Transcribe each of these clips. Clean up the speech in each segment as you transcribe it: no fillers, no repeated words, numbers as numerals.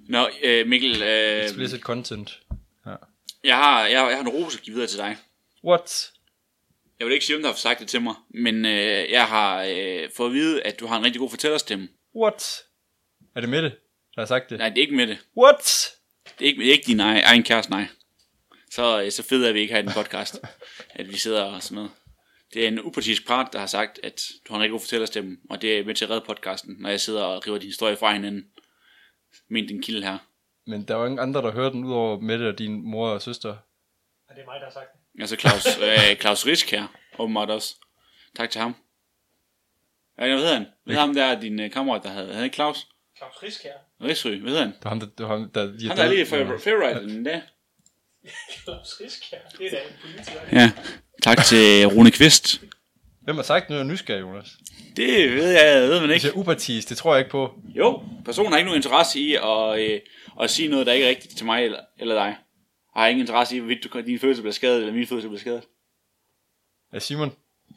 Nå, Mikkel... Explicit content. Ja. Jeg har en ros at give videre til dig. What? Jeg vil ikke sige, om du har sagt det til mig, men jeg har fået at vide, at du har en rigtig god fortællerstemme. What? Er det Mette, der har sagt det? Nej, det er ikke Mette. What? Det er ikke din egen kæreste, nej. Så fedt er vi ikke her i den podcast, at vi sidder og sådan noget. Det er en upartisk part, der har sagt, at du har en rigtig god fortællerstemme, og det er med til at redde podcasten, når jeg sidder og river din historie fra hinanden. Men din kilde her. Men der var ingen andre, der hørte den, udover Mette og din mor og søster. Ja, det er mig, der har sagt det. Altså Claus Risk her, åbenbart også. Tak til ham. Ja, hvad hedder han? Hvad hedder ham der, din kammerat, der havde ikke Claus? Claus Risk her. Rigsø, hvad hedder han? Det var ham, der Han er lige favorite den dag. Claus Risk her. Det er da en politiker. Ja, tak til Rune Kvist. Hvem har sagt noget nysgerrig, Jonas? Det ved man ikke. Det er upartisk, det tror jeg ikke på. Jo, personen har ikke nogen interesse i at sige noget, der ikke er rigtigt til mig eller dig. Har ingen interesse i, hvorvidt dine følelser bliver skadet, eller mine følelser bliver skadet. Ja, Simon?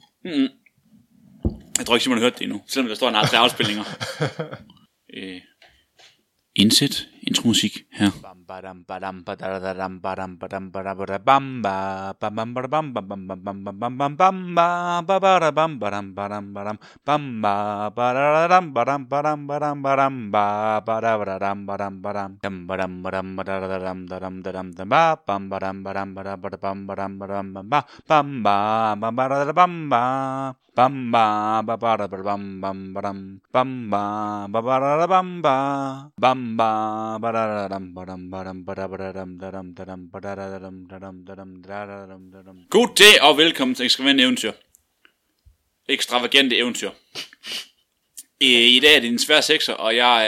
Jeg tror ikke, Simon har hørt det endnu, selvom der står en art afspilninger. Indsæt intromusik her. God dag og velkommen til Ekstravagante Eventyr. I dag er det en svær sekser, og jeg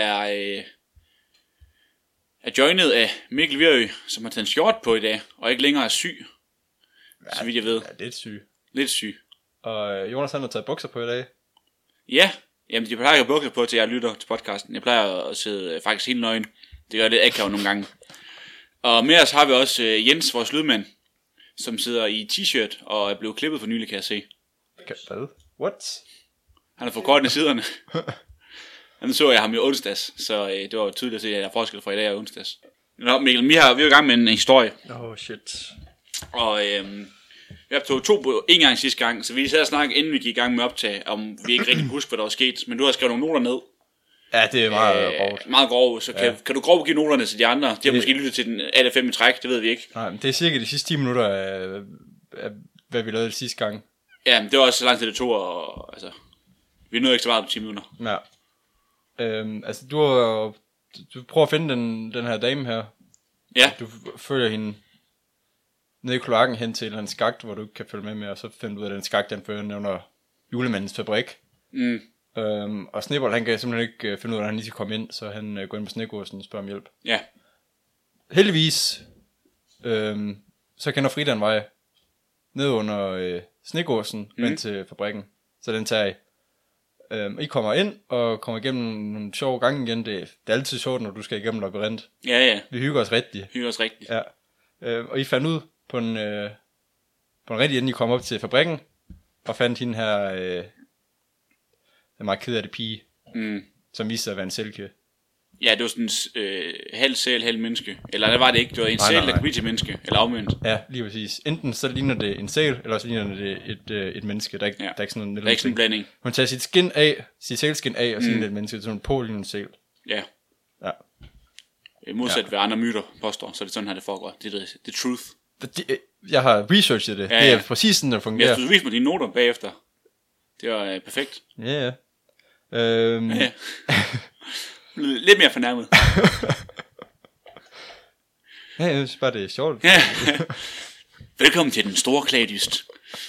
er joinet af Mikkel Virø, som har taget en short på i dag, og ikke længere er syg, så vidt jeg ved. Ja, lidt syg. Lidt syg. Og Jonas han har taget bukser på i dag. Ja, jamen de plejer ikke at bukser på, til jeg lytter til podcasten. Jeg plejer at sidde faktisk helt nøgen. Det gør lidt akavet nogle gange. Og med os har vi også Jens, vores lydmand, som sidder i t-shirt og er blevet klippet for nylig, kan jeg se. Hvad? What? Han har fået kortene i siderne. Nu så jeg ham i onsdags, så det var tydeligt at se, at der er forskel fra i dag og onsdags. Nå Mikkel, vi er jo i gang med en historie. Oh shit. Og vi optog 2 på en gang sidste gang, så vi sad og snakke, inden vi gik i gang med optag, om vi ikke rigtig husker, hvad der var sket. Men du har skrevet nogle noter ned. Ja, det er meget grovt. Meget grovt, så kan du grovt give noterne til de andre? De har måske lyttet til den alle 5 i træk, det ved vi ikke. Nej, men det er cirka de sidste 10 minutter af hvad vi lavede det sidste gang. Ja, men det var også så langt til det tog, og altså, vi nåede ikke så meget på 10 minutter. Ja. Altså, du prøver at finde den her dame her. Ja. Du følger hende ned i kloakken hen til en skagt, hvor du ikke kan følge med, og så finder du ud af, at den skagt, den fører under julemandens fabrik. Og Snebold, han kan simpelthen ikke finde ud af, at han lige skal komme ind, så han går ind på snegåsen og spørger om hjælp. Ja. Heldigvis, så kender Frida en vej ned under snegåsen, ind til fabrikken, så den tager I. I kommer ind og kommer igennem nogle sjove gange igen. Det er altid sjovt, når du skal igennem labyrint. Ja. Vi hygger os rigtigt. Ja. Og I fandt ud på en rigtig ende, I kom op til fabrikken, og fandt hende her, den meget ked af det pige, som viste sig at være en sælke. Ja, det var sådan halv sæl, halv menneske. Eller det var det ikke, det var en sæl, der kunne blive til menneske, eller omvendt. Ja, lige præcis. Enten så ligner det en sæl, eller så ligner det et menneske. Der er ikke sådan en, der er ikke sådan en blanding. Hun tager sit sælskin af, og så ligner det et menneske, så hun på ligner en sæl. Ja. Ja. Modsat hvad andre myter påstår, så er det sådan her, det foregår. Det er the truth. Jeg har researchet det. Ja. Det er præcis sådan, der fungerer. Jeg skulle vise mig dine noter bagefter. Det var perfekt. Ja. Lidt mere fornærmet. Ja, jeg synes bare, det er sjovt. Ja. Velkommen til den store klagedyst.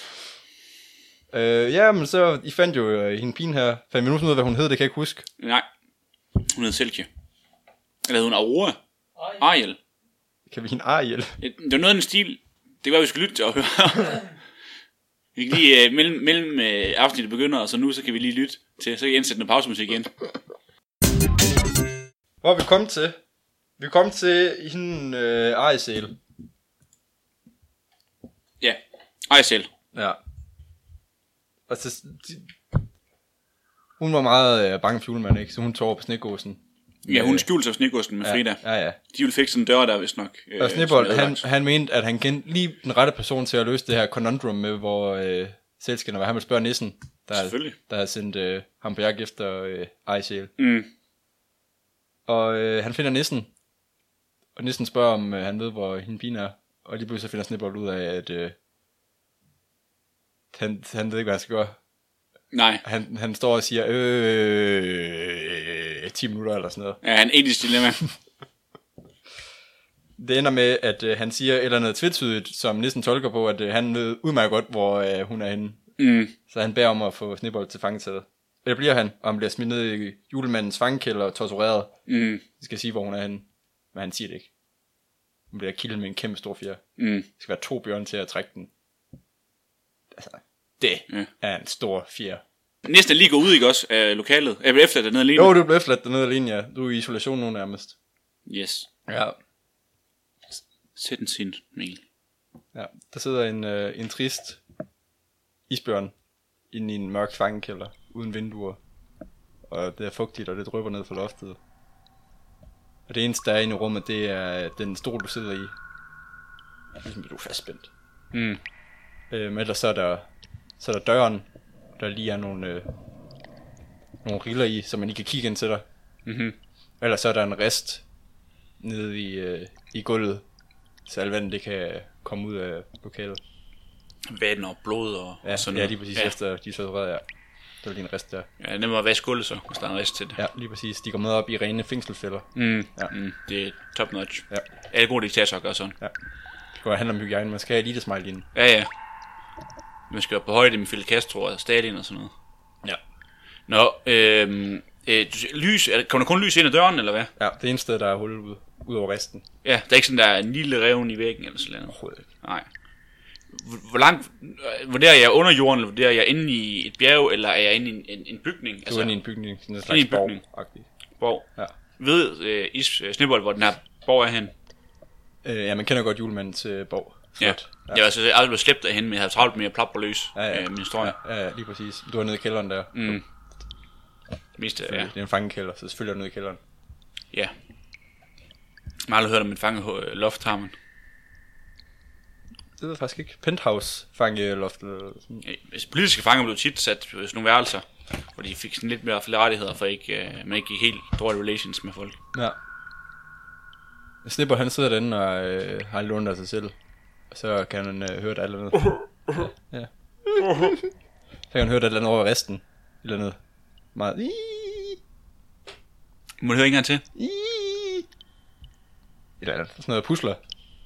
Ja, men så, I fandt jo hende pigen her. Fandt vi nu sådan ud, hvad hun hed, det kan jeg ikke huske. Nej, hun hed Selke. Eller hed hun Aurora? Ariel. Kan vi hende Ariel? Det var noget af den stil. Det kan være, vi skal lytte til at høre. Vi kan lige mellem afsnittet begynder, og så nu, så kan vi lige lytte til. Så kan jeg indsætte noget pausemusik igen. Hvor er vi kommet til? Vi er kommet til hende Ariel. Ja, Ariel. Ja. Altså, hun var meget bange for julemanden, ikke? Så hun tog over på snegåsen. Ja, hun skjulte sig Snekosten med Frida. Ja. De ville fikse sådan en dør der, vist nok. Og Snebold, han mente, at han kendte lige den rette person til at løse det her conundrum med, hvor Sælskind, og han ville spørge nissen, der har sendt ham på jagt efter Ejsjæl. Og han finder nissen, og nissen spørger, om han ved, hvor hende pigen er. Og lige pludselig finder Snebold ud af, at han ved ikke, hvad han skal gøre. Nej. Han står og siger 10 minutter eller sådan noget. Ja, han er etisk dilemma. Det ender med, at han siger et eller andet tvetydigt, som nissen tolker på, at han ved udmærket godt, hvor hun er henne. Så han beder om at få Snebold til fangetaget. Eller bliver han, og han bliver smidt ned i julemandens fangekælder og tortureret. Det skal sige, hvor hun er henne. Men han siger det ikke. Hun bliver kildet med en kæmpe stor fjer. Det skal være 2 bjørn til at trække den. Altså, det er en stor fjer. Næsten lige gå ud, ikke også, af lokalet? Jeg blev efterladt dernede alene. Jo, du blev efterladt dernede alene, ja. Du er i isolation nu nærmest. Yes. Ja. Sæt en sind, Mikkel. Ja, der sidder en trist isbjørn inde i en mørk fangekælder, uden vinduer. Og det er fugtigt, og det drypper ned fra loftet. Og det eneste, der er inde i rummet, det er den stol, du sidder i. Ligesom du er fastspændt. Ellers så er der døren, der lige er nogle riller i, så man ikke kan kigge ind til dig. Ellers så er der en rist nede i gulvet, så alt vandet det kan komme ud af lokalet. Vand og blod og sådan noget. Ja, lige præcis efter de så redder, der er lige en rist der. Ja, det må være gulvet så, hvis der er en rist til det. Ja, lige præcis. De går med op i rene fængselsfælder. Det er top notch. Ja. Alle gode diktatorer gør sådan. Ja. Det går handle om hygiejne. Man skal have elitesmile ind. Ja. Man skal være på højde med Fidel Castro og Stalin og sådan noget. Ja. Nå, lys, kommer der kun lys ind ad døren, eller hvad? Ja, det eneste, der er hul ud over resten. Ja, der er ikke sådan, der er en lille revne i væggen eller sådan noget. Overhovedet ikke. Nej. Hvor langt, vurderer jeg under jorden, eller vurderer jeg inde i et bjerg, eller er jeg inde i en bygning? Du er inde i en bygning, sådan en slags borg-agtig. Borg. Ja. Ved Snebold, hvor den her borg er hen? Ja, man kender godt julemandens borg. Flot. Ja. Jeg har altså aldrig blevet slæbt derhen, men jeg havde travlt med at plappe løs min historie. Ja, lige præcis. Du er nede i kælderen der. Mest, det er en fangekælder, så selvfølgelig er du nede i kælderen. Ja. Jeg har aldrig hørt om en fangeloft, har man. Det ved jeg faktisk ikke. Penthouse fangeloft eller sådan. Ja, politiske fanger blev tit sat på sådan nogle værelser, hvor de fik sådan lidt mere rettigheder, for man ikke gik helt dårlige relations med folk. Ja. Snebold han sidder derinde og har lidt ondt af sig selv. Og så kan han høre et eller andet. Ja. Så kan han høre et eller andet over resten. Et eller andet meget. Må du høre en gang til? Eller andet. Sådan noget pusler.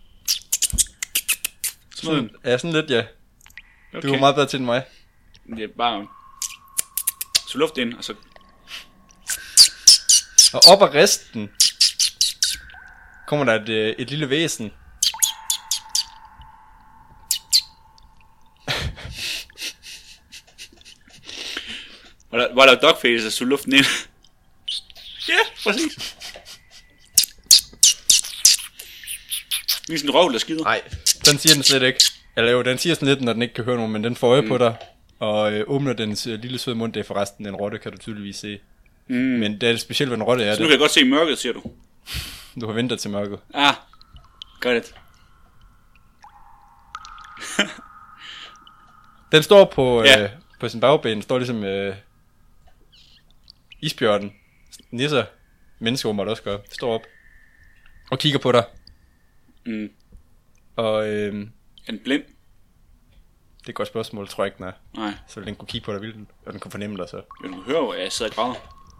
Sådan. Ja, sådan lidt, ja. Okay. Du er meget bedre til end mig. Det er bare så luft ind, og så... Og op ad resten kommer der et lille væsen. Hvor der dogface, så luften ind. Ja, præcis. Lige sådan en røv, der skider. Nej, den siger den slet ikke. Eller jo, den siger sådan lidt, når den ikke kan høre nogen, men den får øje på dig. Og åbner dens lille søde mund. Det er forresten en rotte, kan du tydeligvis se. Men det er specielt, hvad en rotte er. Så nu kan jeg godt se mørket, siger du. Du har ventet til mørket. Ah, got it. Den står på sin bagben. Står ligesom isbjørnen. Nisser. Mennesker må det også gøre. Står op. Og kigger på dig. Og er den blind? Det er et godt spørgsmål, tror jeg ikke, den er. Nej. Så den kunne kigge på dig vildt, og den kunne fornemme dig så. Jo, du hører jo, at jeg sidder og græder.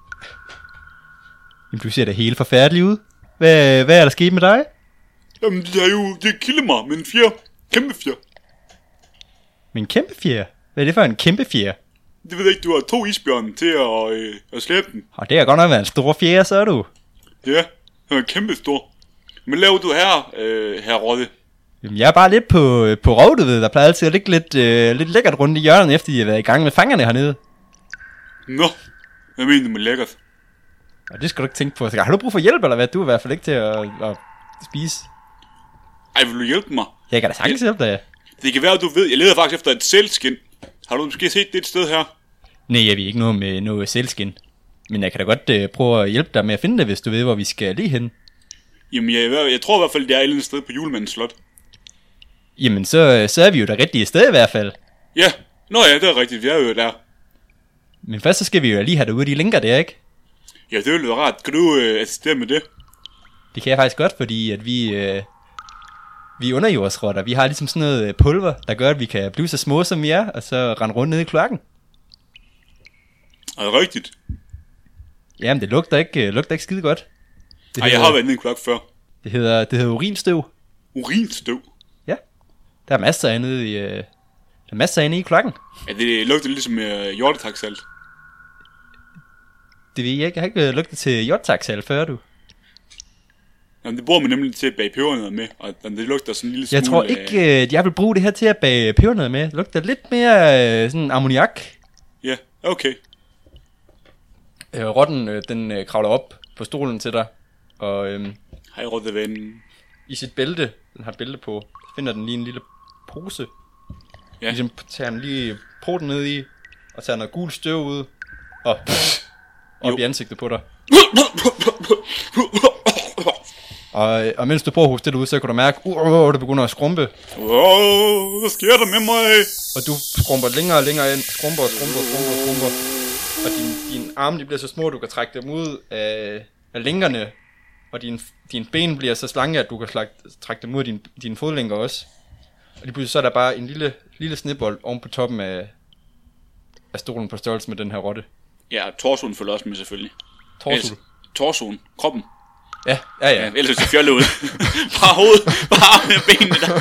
Jamen, du ser da helt forfærdelig ud. Hvad er der sket med dig? Jamen, det kilder mig med en fjer. Kæmpe fjer. Med en kæmpe fjer? Hvad er det for en kæmpe fjer? Det ved jeg ikke, du har 2 isbjørne til at slæbe den. Og det har godt nok været en stor fjer, så er du. Ja, den er kæmpe stor. Men laver du her rotte? Jamen, jeg er bare lidt på rovet, ved. Der plejer altid at ligge lidt lækkert rundt i hjørnet, efter de har været i gang med fangerne hernede. Nå, hvad mener du med lækkert? Og det skal du ikke tænke på. Har du brug for hjælp, eller hvad? Du er i hvert fald ikke til at spise. Ej, vil du hjælpe mig? Jeg kan da sagtens hjælpe dig. Det kan være, at du ved. Jeg leder faktisk efter et sælskind. Har du måske set det et sted her? Nej, jeg ved ikke noget med noget sælskind. Men jeg kan da godt prøve at hjælpe dig med at finde det, hvis du ved, hvor vi skal lige hen. Jamen, jeg tror i hvert fald, det er et eller andet sted på Julemandens Slot. Jamen, så er vi jo der rigtige sted i hvert fald. Ja, nå ja, det er rigtigt, vi er jo der. Men først så skal vi jo lige have derude de linker der, ikke? Ja, det ville være rart. Kan du assistere med det? Det kan jeg faktisk godt, fordi at vi er underjordsrotter. Vi har ligesom sådan noget pulver, der gør, at vi kan blive så små som vi er, og så rende rundt ned i kloakken. Er det rigtigt? Jamen, det lugter ikke skide godt. Nej, jeg har været nede i kloak før. Det hedder urinstøv. Urinstøv? Ja. Der er masser af inde i kloakken. Ja, det lugter lidt som hjortetaksalt. Det ved jeg ikke. Jeg har ikke lugtet til hjortetaksalt før, du. Jamen, det bruger man nemlig til at bage pebernødder med, og det lugter sådan en lille smule... Jeg tror ikke, at jeg vil bruge det her til at bage pebernødder med. Det lugter lidt mere sådan ammoniak. Ja, okay. Rotten, den kravler op på stolen til dig, og Hej, rotteven. i sit bælte, den har bælte på, finder den lige en lille pose. Ja. Ligesom tager den lige poten ned i, og tager noget gul støv ud, og op i ansigtet på dig. Og mens du prøver at hoste det ud, så kan du mærke, det begynder at skrumpe. Hvad sker der med mig? Og du skrumper længere og længere ind, skrumper. Og dine arme, de bliver så små, at du kan trække dem ud af lænkerne. Og dine ben bliver så slange, at du kan trække dem ud af dine fodlænker også. Og lige pludselig så er der bare en lille snebold oven på toppen af stolen på størrelse med den her rotte. Ja, torsoen følger også med selvfølgelig. Torsoen, kroppen. Ja. Ellers ser fjolle ud. Bare hovedet, bare benene der.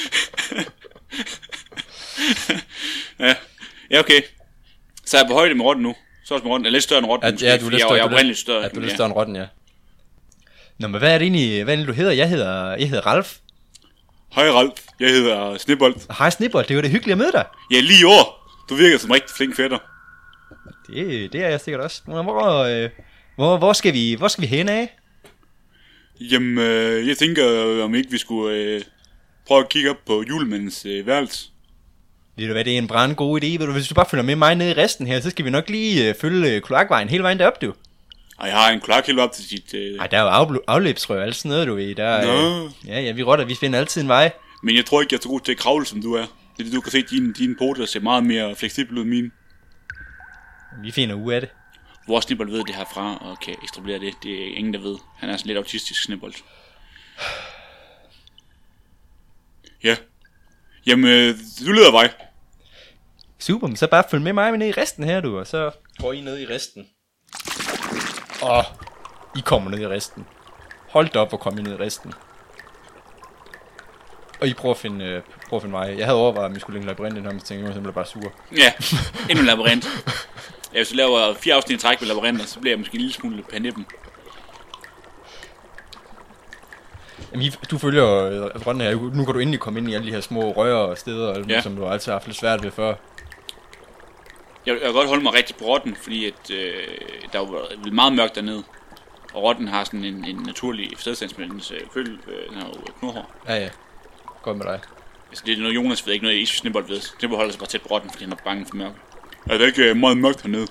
Ja, okay. Så er jeg på højde med rotten nu. Så er jeg med rotten. Jeg er lidt større end rotten. Ja, du er lidt større. Jeg er oprindeligt større. Ja, du er lidt større end rotten, ja. Nå, men hvad er det egentlig, du hedder? Jeg hedder Ralf. Hej Ralf, jeg hedder Snebold. Hej Snebold, det var det hyggeligt at møde dig. Ja, lige i år. Du virker som rigtig flink fætter. Det er jeg sikkert også. Hvor skal vi hen af? Jamen, jeg tænker, om ikke vi skulle prøve at kigge op på julemandens værelse. Ved du hvad, det er en brandgod idé. Hvis du bare følger med mig ned i resten her, så skal vi nok lige følge kloakvejen hele vejen derop, du. Og jeg har en kloak helt op til sit... Ej, der er jo afløbsrør og alt sådan noget, du ved. Ja, vi rotter, vi finder altid en vej. Men jeg tror ikke, jeg er så god til at kravle, som du er. Det er det, du kan se, dine poter ser meget mere fleksible ud end mine. Vi finder ud af det. Vores Snebold ved det herfra, og kan ekstrabolere det. Det er ingen, der ved. Han er sådan lidt autistisk Snebold. Ja. Jamen, du leder vej. Super, men så bare følg med mig ned i resten her, du. Og så går I ned i resten. I kommer ned i resten. Hold da op og kom I ned i resten. Og I prøver at finde vej. Jeg havde overvejet, at vi skulle længe labyrint, men tænkte, jeg simpelthen bare sur. Ja, endnu en labyrint. Ja, hvis du laver 4 afsnit i træk med labyrinter, så bliver jeg måske en lille smule panippen. Jamen, du følger rotten her. Nu kan du endelig komme ind i alle de her små rør og steder, ja, som du altid har haft lidt svært ved før. Jeg kan godt holde mig rigtig på rotten, fordi at, der er jo meget mørkt dernede. Og rotten har sådan en naturlig stedstandsmændens den har jo knurhår. Ja. Godt med dig. Altså, det er noget Jonas ved, ikke noget Snebold ved. Snebold holder sig bare tæt på rotten, fordi han er bange for mørke. Er det ikke meget mørkt hernede?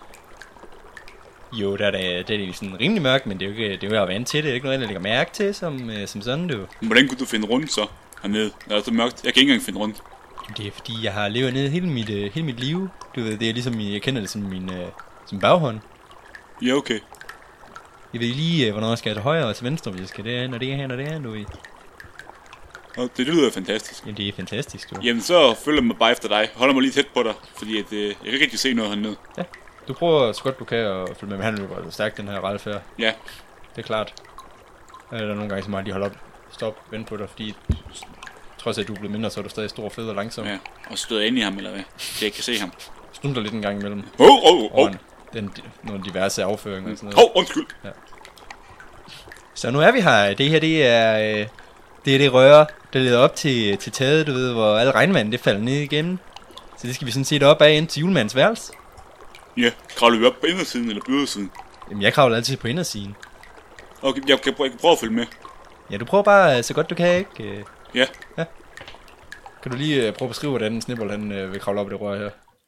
Jo, det er sådan rimelig mørkt, men det er jo vant til det. Det er ikke noget, jeg lægger mærke til som sådan, du. Hvordan kunne du finde rundt så hernede? Er det så mørkt? Jeg kan ikke engang finde rundt. Det er fordi, jeg har levet nede hele mit liv. Du ved, det er ligesom, jeg kender det som min som baghånd. Ja, okay. Jeg ved lige, hvornår jeg skal til højre og til venstre, hvis jeg skal derhen, og det er her, og det er du ved. Det lyder fantastisk. Jamen, det er fantastisk, du. Jamen, så følger jeg mig bare efter dig. Holder mig lige tæt på dig, fordi at, jeg kan ikke rigtig se noget hernede. Ja, du prøver så godt du kan at følge med, men han løber stærkt, den her Ralf her. Ja. Det er klart. Der er nogle gange, så meget de holder op, stop, vente på dig, fordi trods at du er blevet mindre, så er du stadig stor, fed og langsom. Ja, og støder ind i ham, eller hvad? Så jeg kan se ham. Stunter lidt en gang imellem. Nogle diverse afføringer og sådan noget. Undskyld. Ja. Så nu er vi her. Det her, det er det rør, der leder op til taget, du ved, hvor alle regnvand, det falder ned igennem. Så det skal vi sådan set op af ind til julemandens værelse. Ja, kravler vi op på indersiden eller på ydersiden? Jamen, jeg kravler altid på indersiden. Okay, jeg kan prøve at følge med. Ja, du prøver bare så godt du kan, ikke? Ja. Kan du lige prøve at beskrive, hvordan Snebold han vil kravle op i det rør her?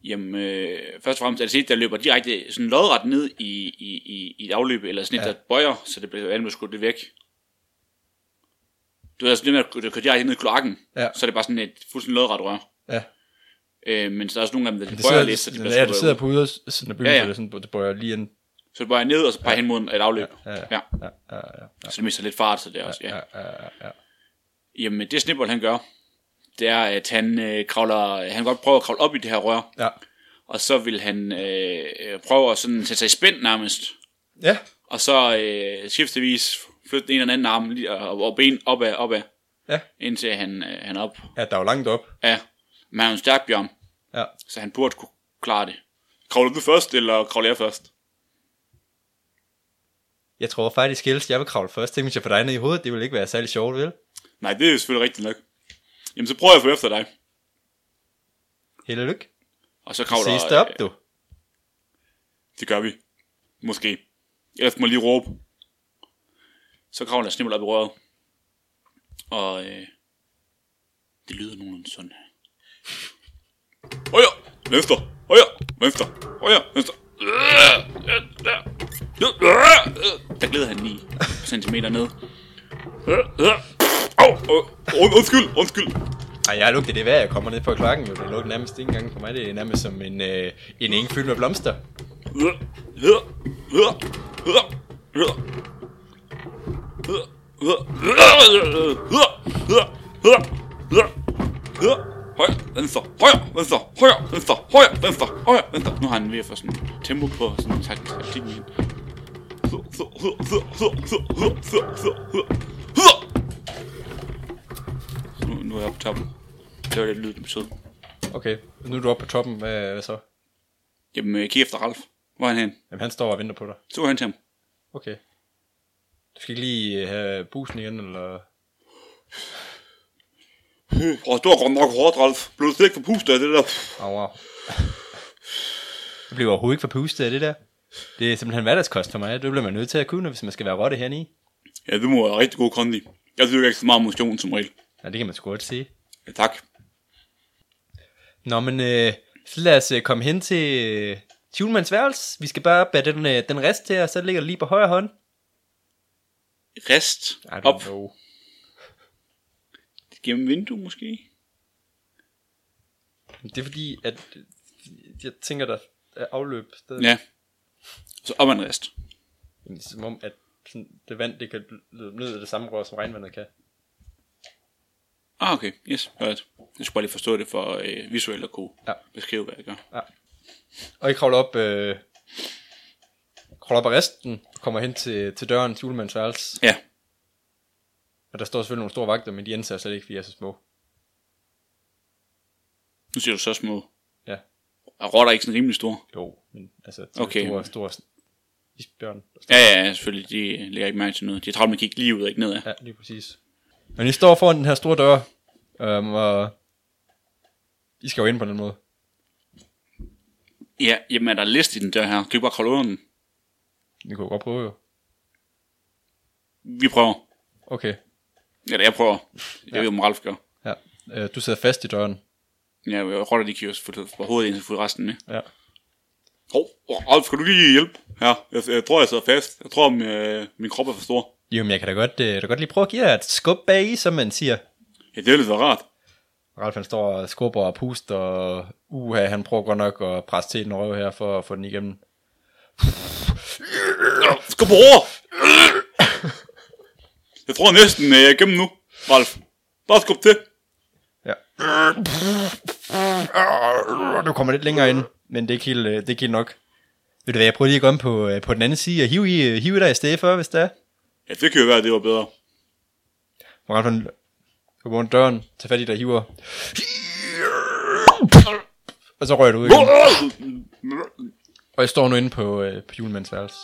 Jamen, først og fremmest er det set, der løber direkte sådan lodret ned i et afløb, eller sådan et, der bøjer, så det bliver andet skudt lidt væk. Du ved altså, det med at køre direkte ned i kloakken, så er det bare sådan et fuldstændig lodret rør. Ja. Men så er der også nogle af dem, der bøjer lidt, så det bliver det sidder på ydersiden af byen, så det, sådan, det bøjer lige ind. Så det bøjer ned, og så peger hen mod et afløb. Ja. Så det mister lidt fart, så det er også, Ja. Jamen, det Snibbold han gør, det er, at han han godt prøver at kravle op i det her rør. Ja. Og så vil han prøve at sådan sætte sig i spænd nærmest. Ja. Og så skiftevis flytte den ene eller anden arm og ben opad. Ja. Indtil han er op. Ja, der er jo langt op. Ja. Men han er en stærk bjørn. Ja. Så han burde kunne klare det. Kravler du først, eller kravler jeg først? Jeg tror faktisk helst, jeg vil kravle først. Tænk, hvis jeg får dig ned i hovedet, det vil ikke være særlig sjovt, vel? Nej, det er jo selvfølgelig rigtigt nok. Jamen, så prøver jeg at få efter dig. Held og lykke. Og så kravler... Ses det op, du. Det gør vi. Måske. Ellers må jeg lige råbe. Så kravler jeg Snibbold op i røret. Og det lyder nogenlunde sådan her. Højre, venstre, højre, venstre, højre, venstre. Der glider han 9 centimeter ned. Undskyld. Ej, jeg har lugtet det værd, jeg kommer ned på klokken, jo. Det lugter nærmest ikke engang for mig. Det er nærmest som en eng fyldt med blomster. Højre, venstre, højre, venstre, højre, venstre, højre, venstre, højre, venstre. Nu har han ved at få sådan tempo på sådan en taktik igen. Nu er jeg oppe på toppen. Det var det lyd, det betød. Okay, nu er du oppe på toppen. Hvad så? Jamen, kig efter Ralf. Hvor er han hen? Jamen, han står og venter på dig. Så hen til ham. Okay. Du skal ikke lige have busen igen, eller... Det var godt nok hårdt, Ralf. Blev du slet ikke forpustet af det der? Wow. Det bliver overhovedet ikke forpustet af det der. Det er simpelthen hverdagskost for mig. Det bliver man nødt til at kunne, hvis man skal være rotte hernede. Ja, det må være rigtig god kondi. Jeg synes ikke så meget motion som regel. Ja, det kan man sgu godt sige. Ja, tak. Nå, men så lad os komme hen til Julemands værelse. Vi skal bare bære den rest her, og så ligger det lige på højre hånd. Rest? Op? Know. Gennem vindue måske? Det er fordi, at jeg tænker, der er afløb stadig. Ja. Så op en rest. Jamen, som om, at sådan, det vand, det kan løbe ned i det samme rør, som regnvandet kan. Okay. Yes. Right. Jeg skulle bare lige forstå det for visuelt at kunne beskrive, hvad jeg gør. Ja. Og I kravler op af resten, kommer hen til døren til Julemands værelse. Ja. Og der står selvfølgelig nogle store vagter, men de anser slet ikke, fordi de er så små. Nu siger du så små. Ja. Er rotter ikke sådan rimelig store? Jo, men altså okay. store isbjørn. Ja, selvfølgelig. De lægger ikke mærke til noget. De er travlt med at kigge lige ud og ikke nedad. Ja, lige præcis. Men I står foran den her store dør, og I skal jo ind på den måde. Ja, jamen er der list i den dør her? Kan I bare kravle under den? Vi kunne godt prøve jo. Vi prøver. Okay. Eller jeg prøver. Jeg ved, om Ralf gør. Ja, du sidder fast i døren. Ja, rotter de kigger på hovedet ind, så får resten med. Ja. Ralf, skal du lige hjælpe? Ja, jeg tror, jeg sidder fast. Jeg tror, min krop er for stor. Jo, men jeg kan da godt lige prøve at give dig et skub bag i, som man siger. Ja, det er lidt så rart. Ralf han står og skubber og puster, og han prøver godt nok at presse til den røv her, for at få den igennem. Skub over! Jeg tror næsten, jeg er igennem nu, Ralf. Bare skub til. Ja. Du kommer lidt længere ind, men det er ikke helt nok. Ved du hvad, jeg prøver lige at gå ind på den anden side og hive dig i stedet for, hvis det er. Ja, det kan jo være, at det var bedre. Ralf han går rundt døren, tager fat i dig og hiver. Og så rører du ud igen. Og jeg står nu inde på Julemands værelse.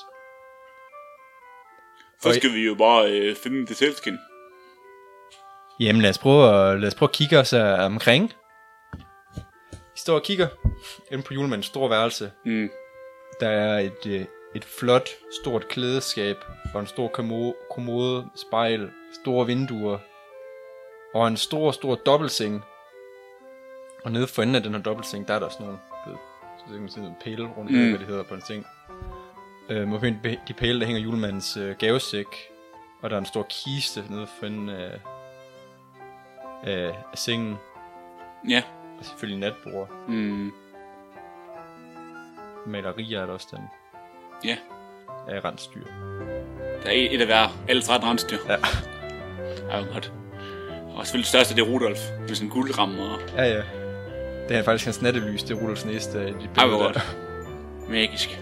Så skal vi jo bare finde det sælskin. Jamen lad os prøve at kigge os omkring. Vi står og kigger inde på Julemands store værelse. Der er et flot, stort klædeskab og en stor kommode, spejl, store vinduer og en stor dobbeltseng. Og nede for enden af den her dobbeltseng, der er der sådan nogle så kan man se noget pæle rundt, hvad det hedder på en ting. Man finder de pæle, der hænger julemandens gavesæk, og der er en stor kiste nede for enden af sengen. Ja. Og selvfølgelig natbord. Malerier er der også den. Ja. Af rensdyr. Der er et af hver, alle 13 rensdyr. Ja. Det er jo godt. Og selvfølgelig det største, det er Rudolf. Med sådan en guldramme og... Ja. Det er faktisk hans nattelys, det er Rudolfs næste af de billeder. Det er godt. Magisk.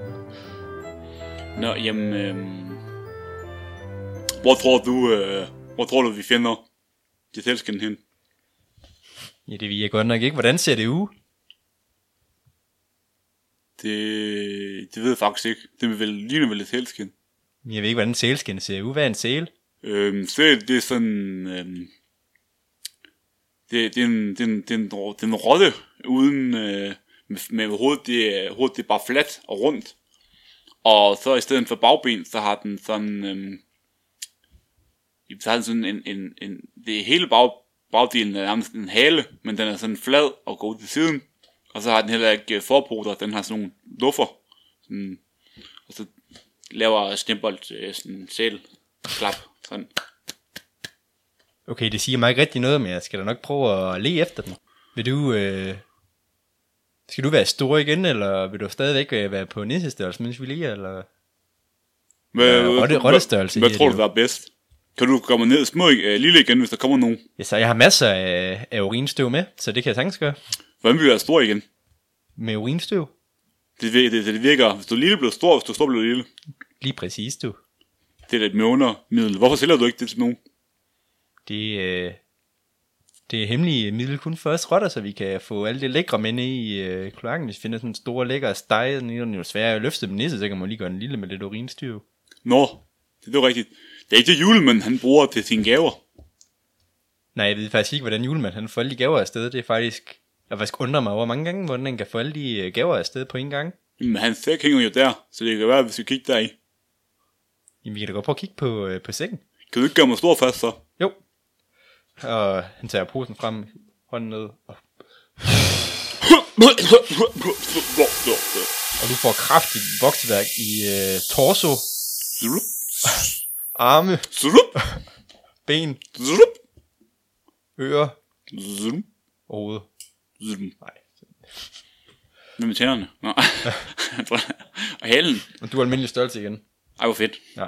Nå, jamen... Hvor tror du, vi finder de tælsken hen? Ja, det ved jeg godt nok ikke. Hvordan ser det ud? Det ved jeg faktisk ikke. Det ligner vel et sælskin. Jeg ved ikke, hvordan sælskin ser ud. Hvad er en sæl? Sæl, det er sådan... Det er en rotte uden... med hovedet, det er bare fladt og rundt. Og så i stedet for bagben, så har den sådan... så har den sådan en det er hele bagdelen er nærmest en hale, men den er sådan flad og går ud til siden. Og så har den heller ikke forpoter, den har sådan nogle luffer. Sådan, og så laver Snebold sådan en sælklap. Sådan. Okay, det siger mig ikke rigtig noget, men jeg skal da nok prøve at lede efter den. Vil du... Skal du være stor igen, eller vil du stadigvæk være på nissestørrelse, mens vi ligger, eller... Rottestørrelse. Hvad tror du, der er bedst? Kan du komme ned små lille igen, hvis der kommer nogen? Ja, så jeg har masser af urinstøv med, så det kan jeg sagtens gøre. Hvordan vil du være stor igen? Med urinstøv? Det virker, hvis du lille bliver stor, hvis du stor bliver lille. Lige præcis, du. Det er lidt månedermiddel. Hvorfor sælger du ikke det til nogen? Det er hemmelige middel kun for os rotter, så vi kan få alle det lækre med i kloakken. Hvis vi finder sådan en stor lækker steg, den er jo svært at løfte med nisse, så kan man lige gøre en lille med lidt urinstøv. Nå, det er jo rigtigt. Det er ikke det julemanden, han bruger til sine gaver. Nej, jeg ved faktisk ikke, hvordan julemanden han får alle de gaver afsted. Det er faktisk... Jeg faktisk undrer mig over mange gange, hvordan han kan få alle de gaver afsted på en gang. Men hans sæk hænger jo der, så det kan være, hvis vi kigger deri. Jamen, vi kan da godt prøve at kigge på sækken. Kan du ikke gøre mig stor fast, så? Jo. Og han tager posen frem, hånden ned. Og du får kraftigt vokseværk i torso, arme, ben, ører og hoved. Nej. Hvad med tænderne? Nå. Og halen. Og du er almindelig størrelse igen. Ej, hvor fedt. Ja.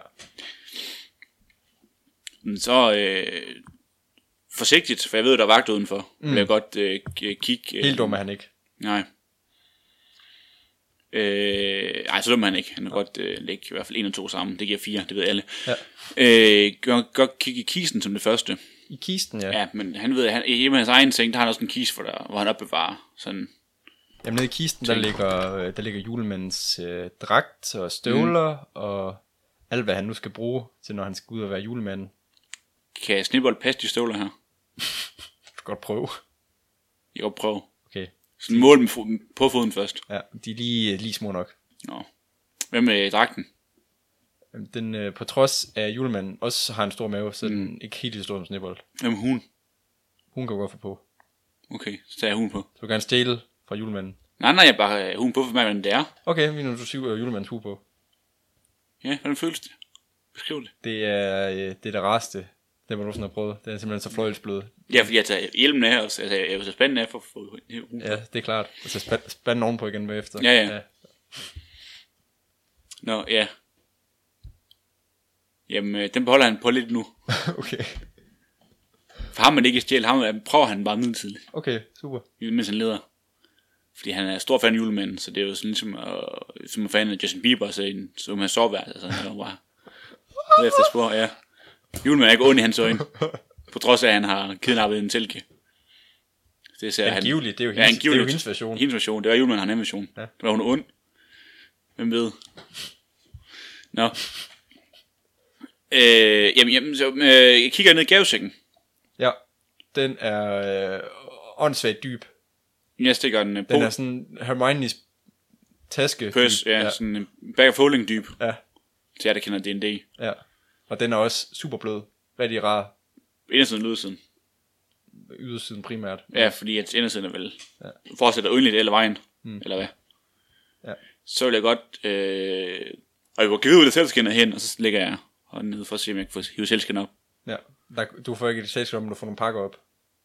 Men så forsigtigt, for jeg ved, der er vagt udenfor. Vil jeg godt kigge. Helt dum er han ikke. Nej. Ej, så dum er han ikke. Han kan godt lægge i hvert fald 1 og 2 sammen. Det giver 4, det ved alle. Ja. Godt kigge i kisten som det første. I kisten, ja. Ja, men han ved, at hjemme i hans egen seng, der har han også en kiste, hvor han opbevarer sådan... Jamen nede i kisten, der ligger julemandens dragt og støvler og alt, hvad han nu skal bruge til, når han skal ud og være julemand. Kan Snebold passe de støvler her? Du skal godt prøve. Jeg kan godt prøve. Okay. Sådan mål dem på foden først. Ja, de er lige små nok. Nå. Hvad med dragten? Den på trods af julemanden også har en stor mave, så den ikke helt så stor som Snebold. Hvad med hun? Hun kan godt få på. Okay, så tager jeg hun på. Så du kan stjæle fra julemanden? Nej, jeg bare hun på for mig, hvordan det er. Okay, vi nu du syver julemandens hue på. Ja, hvordan føles det? Beskriv det. Det er det rareste, det må du sådan have prøvet. Det er simpelthen så fløjelsblød. Ja, fordi jeg tager hjelmen af også. Altså, jeg er jo så spændende af for at få hue. Ja, det er klart. Og så spændende ovenpå igen bagefter. Ja. Nå, ja. Jamen, den beholder han på lidt nu. Okay. For ham er det ikke stjæl, prøver han bare midlertidigt. Okay, super. Mens han leder. Fordi han er stor fan af julemanden, så det er jo sådan ligesom som en fan af Justin Bieber, så man soveværd, altså han er bare efter spor, ja. Julemanden er ikke ond i hans øjne, på trods af, at han har kidnappet en tælke. Det er angiveligt, det er jo hendes version. Hendes version, det var julemanden, han har en version. Ja. Det var hun ond. Hvem ved? Nå. Jamen, så jeg kigger ned i gavesækken. Ja, den er åndssvagt dyb. Jeg stikker den på. Den er sådan Hermione's taske. Pøs, ja, sådan en bag of holding dyb. Ja. Til jer, der kender D&D. Ja, og den er også super blød. Rigtig rar. Indersiden og ydersiden. Ydersiden primært. Ja, fordi at indersiden er vel fortsætter udenligt eller vejen. Eller hvad? Ja. så vil jeg godt, og jeg går givet ud af selvskinnet hen, og så lægger jeg hånden ned for at se, om jeg kan få hive selvskinnet op. Ja, du får ikke et selvskin om, du får nogle pakker op.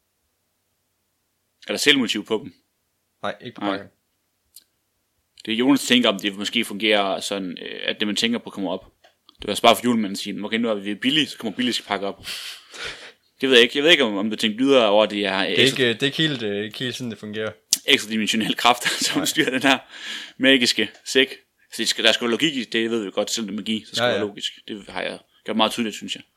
Er der selvmotiv på dem? Nej, ikke på Nej. pakken. Det er Jonas tænker, om det måske fungerer sådan, at det man tænker på kommer op. Det var bare for julemanden at sige, okay, nu er vi billige, så kommer billige pakke op. Det ved jeg ikke. Jeg ved ikke, om du tænker videre over, det er Det er ikke helt sådan, det fungerer. ekstra dimensionelle kræfter, som styrer den her magiske sæk. Så der skal være logik i det, ved vi godt, selvom det er magi, så skal det være logisk. Det har jeg gjort meget tydeligt, synes jeg.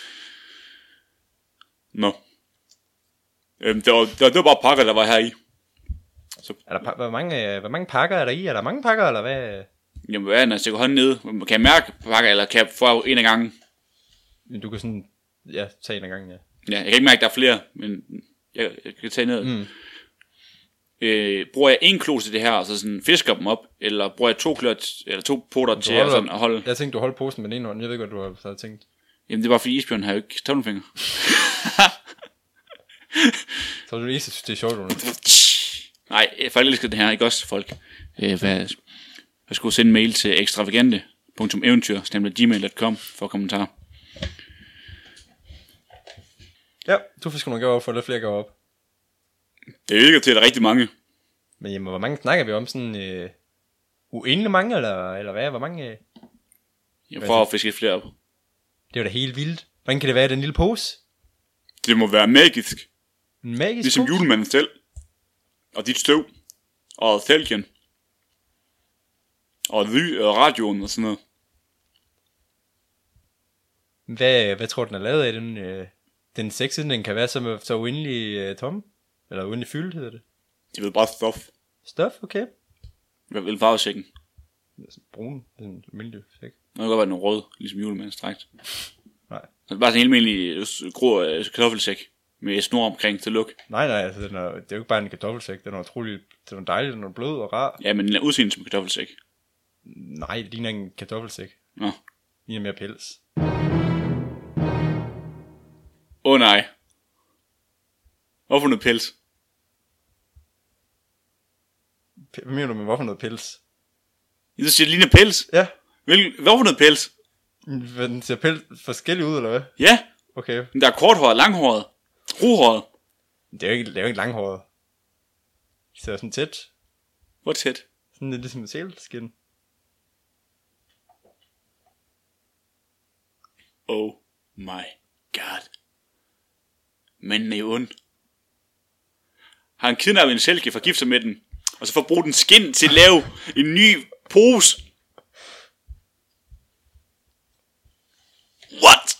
Nå. Det var bare pakker, der var her i. Så. Er der hvor mange pakker er der i? Er der mange pakker, eller hvad? Jamen, hvad er det, når jeg stikker hånden ned? Kan jeg mærke pakker, eller kan jeg få en af gangen? Du kan sådan, tage en af gangen, ja. Ja, jeg kan ikke mærke, at der er flere, men jeg kan tage ned. Bruger jeg en klo til det her, og så sådan fisker dem op, eller bruger jeg 2 klør, eller 2 poter til at holde? Jeg tænkte, du holdt posen med den ene hånd. Jeg ved ikke, hvad du har tænkt. Jamen, det var fordi isbjørn har jo ikke tommelfinger. Så er du lige synes, det er sjovt, Nej, folk elsker det her, ikke også folk. Jeg skulle sende mail til ekstravagante.eventyr@gmail.com for kommentarer. Ja, du får sgu nogle gaver op, for lidt flere gaver op. Det virker til, at der er rigtig mange. Men jamen, hvor mange snakker vi om? Sådan uendelig mange, eller hvad? Hvor mange? Jeg får at fiske flere op. Det er jo da helt vildt. Hvordan kan det være i den lille pose? Det må være magisk. En magisk ligesom pose? julemanden selv. Og dit støv. Og tælken. Og radioen og sådan noget. Hvad tror du, den er lavet af? Den sæk, siden den kan være så uendelig tom? Eller uendelig fyldt, hedder det? Det ved bare stof. Stof, okay. Hvad vil farvesækken? Brun, den almindelige sæk. Det kan godt være den rød, ligesom julemandens dragt. Nej. Det er bare sådan en helt almindelig grå kartoffelsæk. Med snor omkring til luk. Nej, altså det er jo ikke bare en kartoffelsæk. Den er utrolig, den er dejlig, den er blød og rar. Ja, men den er udseende som en kartoffelsæk. Nej, det ligner en kartoffelsæk. Nå. Det ligner mere pels. Nej. Hvorfor noget pels? Hvad mener du med, hvorfor noget pels? Du siger, det ligner pels? Ja. Hvorfor noget pels? Den ser forskellig ud, eller hvad? Ja. Okay. Der er korthåret, langhåret, rohåret. Det er jo ikke langhåret. Det ser sådan tæt. Hvor tæt? Sådan lidt ligesom en sælskin. Oh my god. Manden er jo ond. Har han kidnappet en sælke for at gifte sig med den, og så får brugt den skin til at lave en ny pose? What?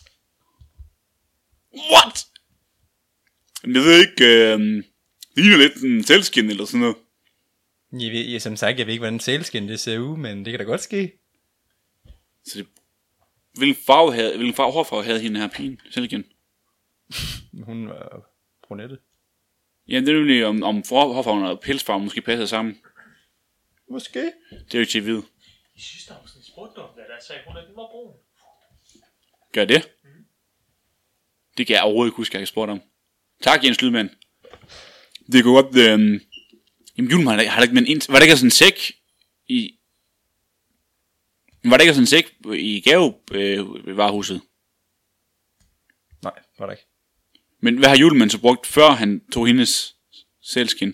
Jeg ved ikke, det ligner lidt en sælskin eller sådan noget. Som sagt, jeg ved ikke, hvordan sælskin det ser ud, men det kan da godt ske. Så det, hvilken hårfarve havde hende her pigen, sælken? Hun var brunette. Ja, det er nemlig om hårfarven og pelsfarven måske passer sammen. Måske. Det er jo ikke til at vide. I sidste afsnit spurgte du om, hvad der sagde hun, at den var brun. Gør det? Det kan jeg overhovedet ikke huske, jeg har spurgt om. Tak, Jens Lydmand. Det kunne godt... Jamen, julemanden har der ikke... Men var der ikke sådan en sæk i... Var der ikke sådan en sæk i gavevarehuset? Nej, var der ikke. Men hvad har julemanden så brugt, før han tog hendes sælskin?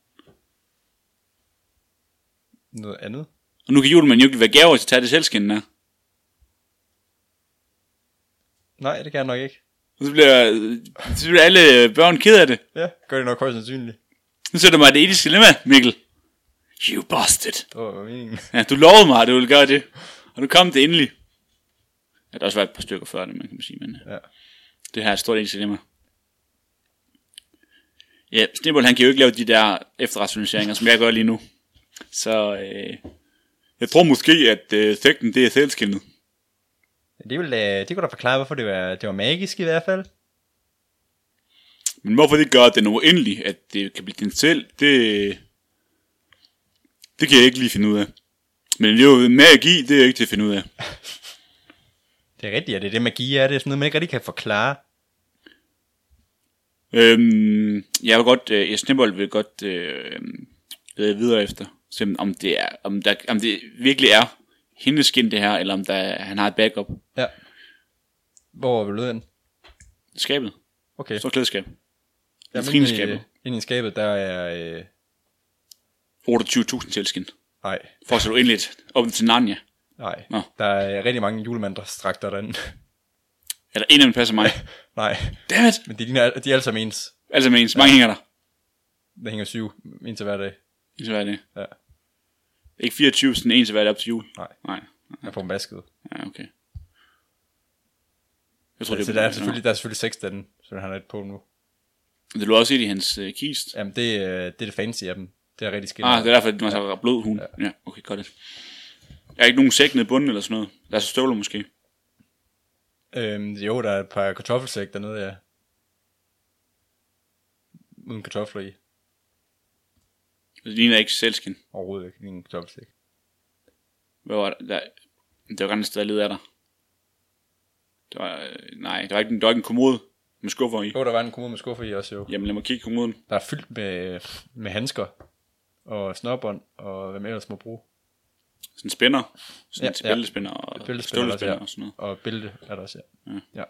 Noget andet. Og nu kan julemanden jo ikke være gaver til at tage det sælskin der. Nej, det kan jeg nok ikke. Og så bliver alle børn ked af det. Ja, gør det nok højst sandsynligt. Nu sætter du mig det etiske dilemma, Mikkel. You busted. Det var meningen. Ja, du lovede mig, at du ville gøre det. Og nu kom det endelig. Ja, der har også været et par stykker før det, man kan sige. Men Ja. det her er et stort etiske dilemma. Ja, Snibbold, han kan jo ikke lave de der efterrationaliseringer, som jeg gør lige nu. Så jeg tror måske, at sækken, det er sælskindet. Det kunne da forklare, hvorfor det var magisk i hvert fald. Men hvorfor det gør det uendeligt, at det kan blive den selv, det kan jeg ikke lige finde ud af. Men det er jo magi, det er jeg ikke til at finde ud af. Det er rigtigt, at det magi er. Det er sådan noget, man ikke rigtig kan forklare. Jeg vil godt, Snibbold vil godt lede videre efter. Så om det virkelig er hendes skin det her, eller om han har et backup. Ja. Hvor vil du hen? Skabet. Okay. Så klædeskab. Inde i skabet, der er... 28.000 sælskin. Nej. Fortsætter du endelig op til Narnia? Nej. Nå. Der er rigtig mange julemanddragter derinde. Er der en af dem passer mig? Nej. Dammit! Men de er alle sammen ens. Altså med ens. Mange hænger der. Der hænger 7 en til hver dag. En til hver dag. Ja. Ikke 24, sådan en til hver dag op til jul. Nej. Jeg får dem vasket. Ja, okay. Jeg tror, altså, der er selvfølgelig 6 af dem, så han har et på nu. Det lå også i hans kist. Jamen, det er det fancy af dem. Det er rigtig skidt. Det er derfor, at man har blod hun. Ja, okay, godt det. Er ikke nogen sæk nede i bunden eller sådan noget? Der er så støvler måske. Jo, der er et par kartoffelsæk dernede, ja. Uden kartofler i. Det ligner ikke sælskin. Overhovedet ikke, ingen kartoffelsæk. Hvad var der? Det var godt et sted, der led af dig. Det var, nej, der var ikke en kommode med skuffer i. Jo, der var en kommode med skuffer i også, jo. Jamen lad mig kigge kommoden. Der er fyldt med handsker og snørbånd og hvad man ellers må bruge. Sådan spænder. Sådan til bæltespænder og støvlespænder og sådan noget. Og bælte er der også, ja.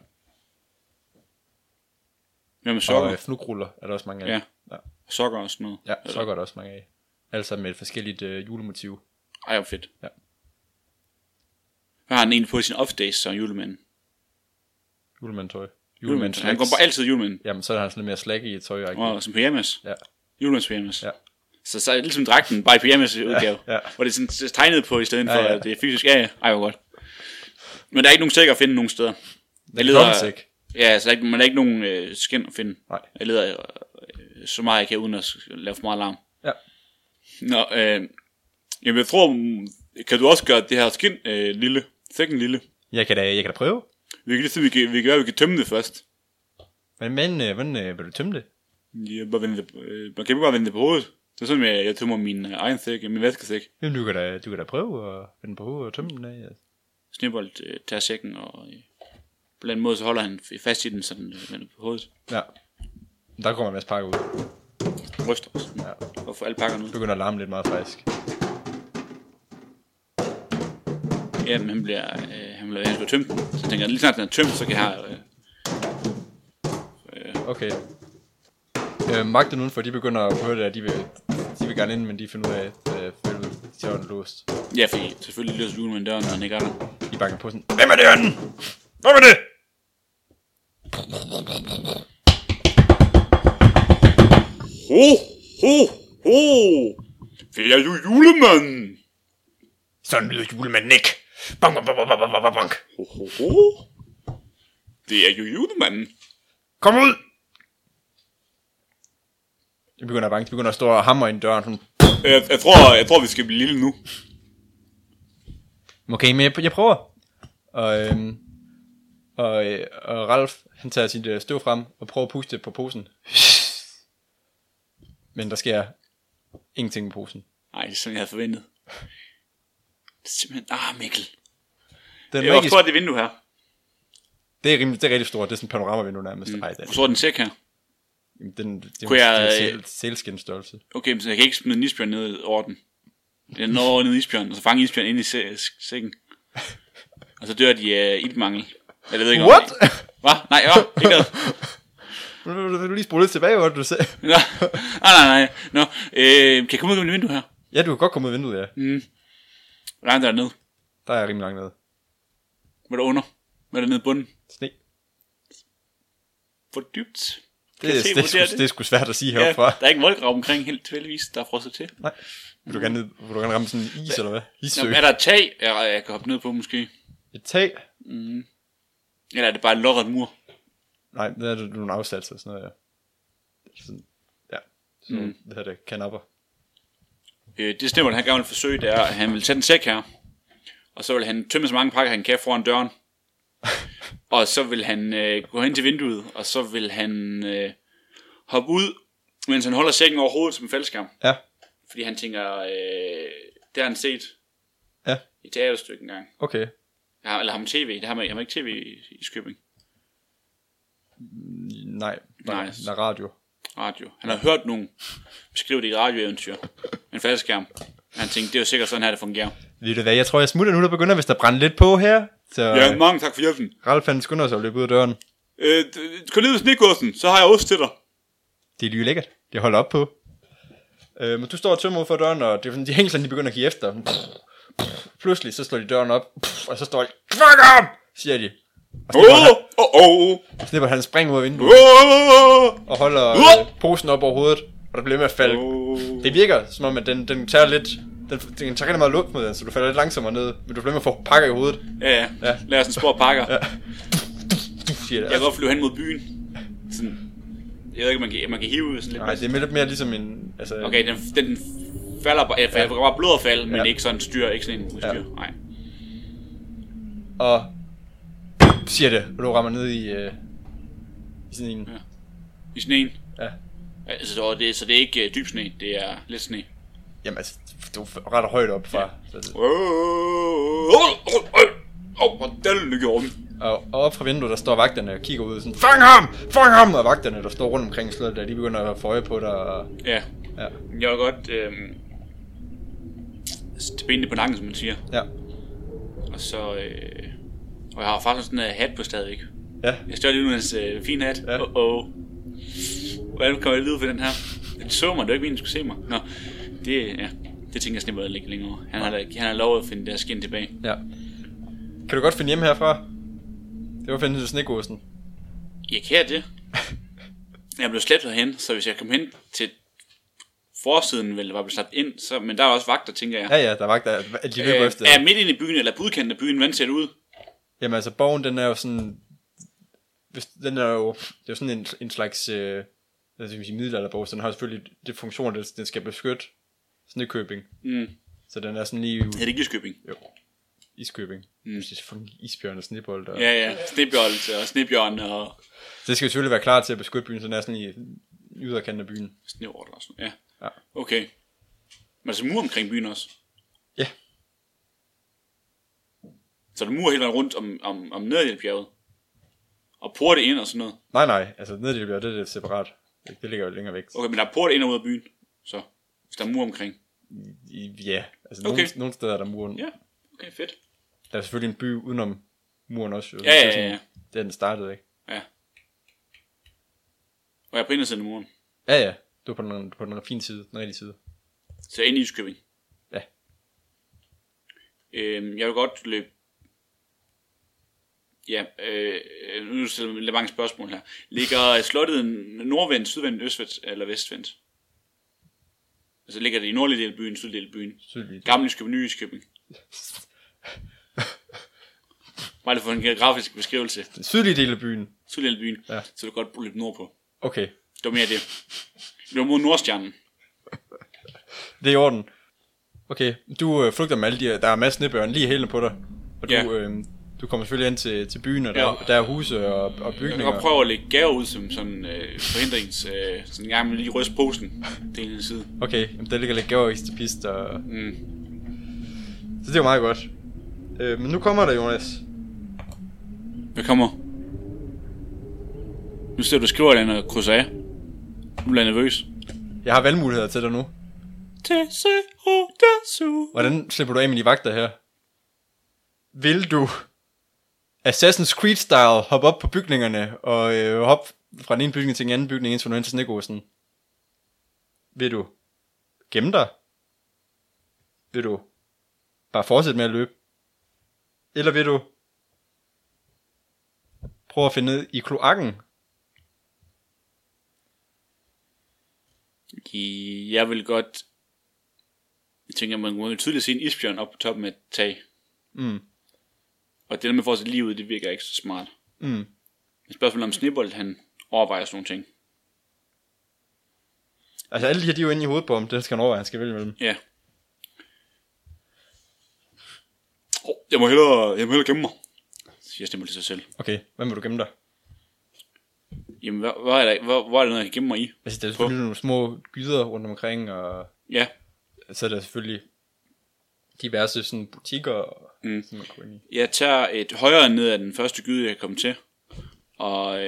Hvad med sokker? Og fnugruller er der også mange af. Ja. Sokker og sådan noget. Ja, sokker er der også mange af. Altså med et forskelligt julemotiv. Ej, hvor fedt. Ja. Hvad har han egentlig på sin off-days som julemanden? Julemandtøj. Han går bare altid julemanden. Jamen, så er han sådan lidt mere slag i et tøj. Og som pyjamas. Ja. Julemands pyjamas. Ja. Så er det ligesom dragten, bare i pyjamas udgave. Ja. Hvor det er sådan tegnet på, i stedet for, at det er fysisk. Ja. Ej, hvor godt. Men der er ikke nogen sækker at finde nogen steder. Det er klokkesæk. Ja, så man er ikke nogen skin at finde. Nej. Jeg leder så meget jeg kan, uden at lave for meget larm. Ja. Nå, jamen jeg tror, kan du også gøre det her skin lille, sækken lille? Jeg kan da prøve. Vi kan vi kan tømme det først. Men vil du tømme det? Ja, man kan bare vende det på hovedet. Det er sådan, at jeg tømmer min egen sæk, min vaskesæk. Jamen, du kan da prøve at vende på hovedet og tømme den af. Ja. Snibbold tager sækken, og på en måde så holder han fast i den, så den vender på hovedet. Ja. Der kommer en masse pakker ud. Ryster også. Ja. Og få alle pakkerne ud. Begynder at larme lidt meget faktisk. Ja, men han skal tømme den. Så tænker jeg, lige snart den er tømt, så kan jeg Okay. Magten udenfor, de begynder at høre det, at de vil gerne ind, men de finder ud af, at døren er låst. Ja, fordi selvfølgelig løser julemanden døren, når han ikke er der. De banker på sådan, hvem er det anden? Hvem er det? Ho! Det er jo julemanden! Sådan lyder julemanden ikke. Bang, bang, bang, bang, bang, bang, bang. Ho! Det er jo julemanden. Kom ud! De begynder at banke, de begynder at stå og hamre ind i døren. Sådan. Jeg tror, vi skal blive lille nu. Okay, men jeg prøver. Og Ralf, han tager sit støv frem og prøver at puste på posen. Men der sker ingenting med posen. Nej, det er sådan, jeg havde forventet. Det er simpelthen... Mikkel. Jeg også prøver det vindue her. Det er rigtig stort. Det er sådan et panoramavindue nærmest. Hvor står den sæk her? Det er sælskinstørrelse. Okay, men så jeg kan ikke smide en isbjørn ned over den. Jeg når ned i isbjørnen, og så fange isbjørn ind i sækken. Og så dør de iltmangel. Jeg ved ikke, what? Hvad? Nej, ikke noget. Du vil lige spole lidt tilbage, hvad du sagde. Nej. Nå, kan jeg komme ud af vinduet her? Ja, du kan godt komme ud af vinduet, ja. Hvor langt er der nede? Der er rimelig langt nede. Hvad er der under? Hvad er der nede i bunden? Sne. Hvor dybt? Det er sgu svært at sige herfra. Ja, der er ikke en voldgrav omkring helt tilfældigvis, der er frosset til. Nej. Vil du gerne ramme sådan en is, eller hvad? Jamen, er der et tag, jeg kan hoppe ned på måske? Et tag? Eller er det bare en lodret mur? Nej, det er nogle afsatser og sådan noget, ja. Sådan, ja. Så det her det kanapper. Det stemmer, at han gerne vil forsøge, det er, at han vil tage en sæk her. Og så vil han tømme så mange pakker, han kan foran døren. Og så vil han gå hen til vinduet, og så vil han hoppe ud, mens han holder sækken over hovedet som en faldskærm. Ja. Fordi han tænker, det har han set i teaterstykke engang. Okay. Eller har man tv? Det har man ikke tv i Skøbing. Nej, der er radio. Han har hørt nogen beskrive det i et radioeventyr. En faldskærm. Han tænkte, det er jo sikkert sådan her, det fungerer. Ved du hvad, jeg tror, jeg smutter nu, der begynder, hvis der brænder lidt på her. Så Ja, mange tak for hjælpen. Ralf, han skynder sig at løbe ud af døren. Kom ned med snegåsen, så har jeg ost til dig. Det er lige lækkert. Det holder op på. Men du står og tømmer ud for døren, og det er sådan, de hængsler, de begynder at give efter. Pludselig, så slår de døren op, og så står de, fuck ham, siger de. Og Snibbold, han springer ud af vinduet, og holder posen op over hovedet, og der bliver med at falde. Det virker som om, at den tager lidt, den tager rigtig meget luft med den, så du falder lidt langsommere ned, men du bliver med at få pakker i hovedet. Ja. Lad os en spor pakker. Ja. Siger det. Jeg kan godt flyve hen mod byen. Sådan, jeg ved ikke, man kan hive sådan lidt. Nej, det er lidt mere ligesom en... Altså, okay, den falder bare... Jeg får bare blod at falde, men ikke sådan styr, ikke sådan en udstyr. Ja. Nej. Og... siger det, og du rammer ned i sådan en... Ja. I sneen? Ja. Altså, så det er ikke dyb sne, det er lidt sne. Jamen altså, du er ret højt op fra. Og op fra vinduet, der står vagterne og kigger ud sådan, fang ham! Og vagterne, der står rundt omkring slået der, de begynder at få øje på dig. Og... Ja. Jeg var godt til benene på nakken, som man siger. Ja. Og så... og jeg har faktisk sådan en hat på stadigvæk. Ja. Jeg stør lige nu hans fin hat. Ja. Hvordan kommer jeg lige ud for den her? Den så mig, det var ikke min, skulle se mig. Nå, det tænker jeg snart ikke længere. Han har lovet at finde deres skin tilbage. Ja. Kan du godt finde hjem herfra? Det var finde til snegåsen. Jeg kan det. Jeg blev slæbt herhen, så hvis jeg kom hen til forsiden, vel, var blevet slæbt ind, så, men der er også vagter, tænker jeg. Ja, der er vagter, de løber efter. Er midt inde i byen, eller på udkanten af byen, hvordan ser det ud? Jamen altså, borgen, den er jo sådan... Den er jo... Det er jo sådan en slags... middelalderborg, så den har selvfølgelig det funktion, at den skal beskytte Snekøbing. Så den er sådan lige... Er det ikke Iskøbing? Jo. Iskøbing. Det er fucking isbjørn og snebold. Og... Ja. Snebold og snebjørn og... Det skal jo selvfølgelig være klar til at beskytte byen, så den er sådan i yderkanten af byen. Snevort og sådan, ja. Okay. Men altså mur omkring byen også? Ja. Så der mur hele vejen rundt om Nederhjelbjerget? Og porte ind og sådan noget? Nej, altså Nederhjelbjerget, det er separat. Det ligger jo længere væk. Okay, men der er porte ind og ud af byen, så hvis der er mur omkring? Ja, altså nogle steder er der muren. Ja, okay, fedt. Der er selvfølgelig en by udenom muren også. Jo. Ja. Det er den startede, ikke? Ja. Og jeg er på indersiden af muren? Ja. Du er på den fine side, den rigtige side. Så inde i Iskøbing? Ja. Jeg vil godt løbe... Ja, nu stiller jeg lidt mange spørgsmål her. Ligger slottet nordvendt, sydvendt, østvendt eller vestvendt? Altså ligger det i nordlige del af byen, sydlige del af byen? Gamle Iskøbing, nye Iskøbing? Bare lige for en geografisk beskrivelse. Den sydlige del af byen. Sydlige del af byen, ja. Så du godt bruge lidt nordpå. Okay. Det var mere det. Det var mod Nordstjernen. Det er i orden. Okay, du flugter med alle der er masser af snebjørn lige i hælene på dig. Og du kommer selvfølgelig ind til byen, og der er huse og bygninger. Jeg kan prøve at lægge gaver ud som sådan forhindrings... sådan en gang med lige ryst posen. Det ene side. Okay, der ligger lidt gaver i til pist. Og... Så det er jo meget godt. Men nu kommer der, Jonas. Hvad kommer? Nu ser du skriver den og krydser af. Nu bliver jeg nervøs. Jeg har valgmuligheder til dig nu. Hvordan slipper du af med de vagter her? Vil du Assassin's Creed style hoppe op på bygningerne og hoppe fra den ene bygning til den anden bygning, indtil du hen til snegåsen? Vil du gemme dig? Vil du bare fortsætte med at løbe? Eller vil du prøve at finde ned i kloakken? Jeg vil godt... Jeg tænker, man må tydeligt se en isbjørn op på toppen af et tag. Og det der med at få sit liv ud, det virker ikke så smart. Et spørgsmål om Snebold, han overvejer sådan nogle ting. Altså alle de her, de er jo inde i hovedet på ham. Det skal han overveje, han skal vælge mellem. Ja. Jeg må hellere gemme mig, siger Snebold til sig selv. Okay, hvad må du gemme dig? Jamen, hvor er der noget, jeg kan gemme mig i? Altså, der er selvfølgelig nogle små gyder rundt omkring, og... Ja. Så er der selvfølgelig diverse sådan butikker, som man går ind i. Jeg tager et højre ned af den første gyde, jeg kom til.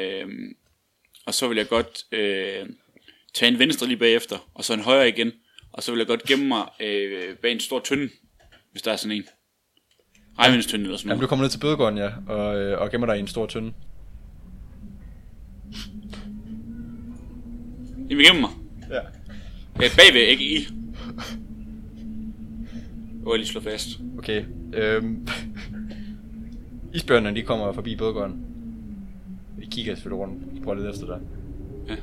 Og så vil jeg godt tage en venstre lige bagefter, og så en højre igen. Og så vil jeg godt gemme mig bag en stor tynde, hvis der er sådan en. Regnvindstynde eller sådan Jamen, noget. du kommer ned til bødegården, ja, og gemmer dig i en stor tynde. I vil gemme mig. Ja. Bagved, ikke i. Det var lige slå fast. Okay. Isbjørnene, de kommer forbi bødegården. Vi kigger selvfølgelig rundt. Vi prøver lidt efter dig. Ja.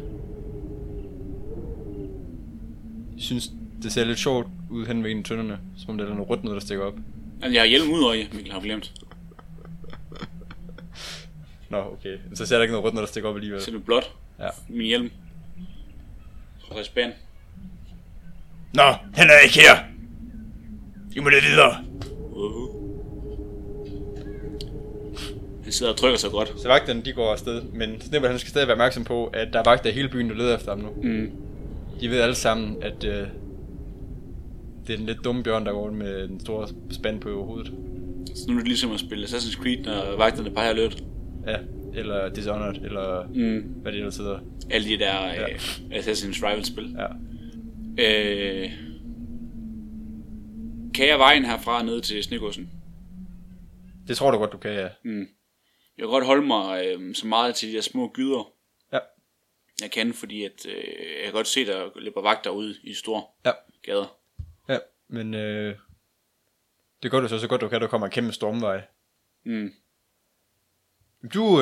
Jeg synes, det ser lidt sjovt ud hen ved en af tynderne. Som om det er noget rødt noget, der stikker op. Altså, jeg har hjelm ud over jer, Mikkel har glemt. Nå, okay. Så ser der ikke noget rødt noget, der stikker op alligevel. Så er det blåt. Ja. Min hjelm. Så er jeg spændt. Nå, han er ikke her. I må lidt videre. Han sidder og trykker sig godt. Så vagterne, de går afsted. Men Snibbold, han skal stadig være opmærksom på, at der er vagter i hele byen, der leder efter ham nu. Mm. De ved alle sammen, at det er den lidt dumme bjørn, der går rundt med en stor spand på hovedet. Så nu er det ligesom at spille Assassin's Creed, når vagterne bare har løbet. Ja, eller Dishonored, eller hvad det ellers hedder. Alle de der Assassin's Rival-spil. Ja. Kan jeg vejen herfra ned til Snegåsen? Det tror du godt, du kan, ja. Jeg kan godt holde mig så meget til de der små gyder. Ja. Jeg kan, fordi at, jeg kan godt se, der løber vagter ud i store gader. Ja, men det gør du så godt, du kan. Der kommer en kæmpe stormvej. Du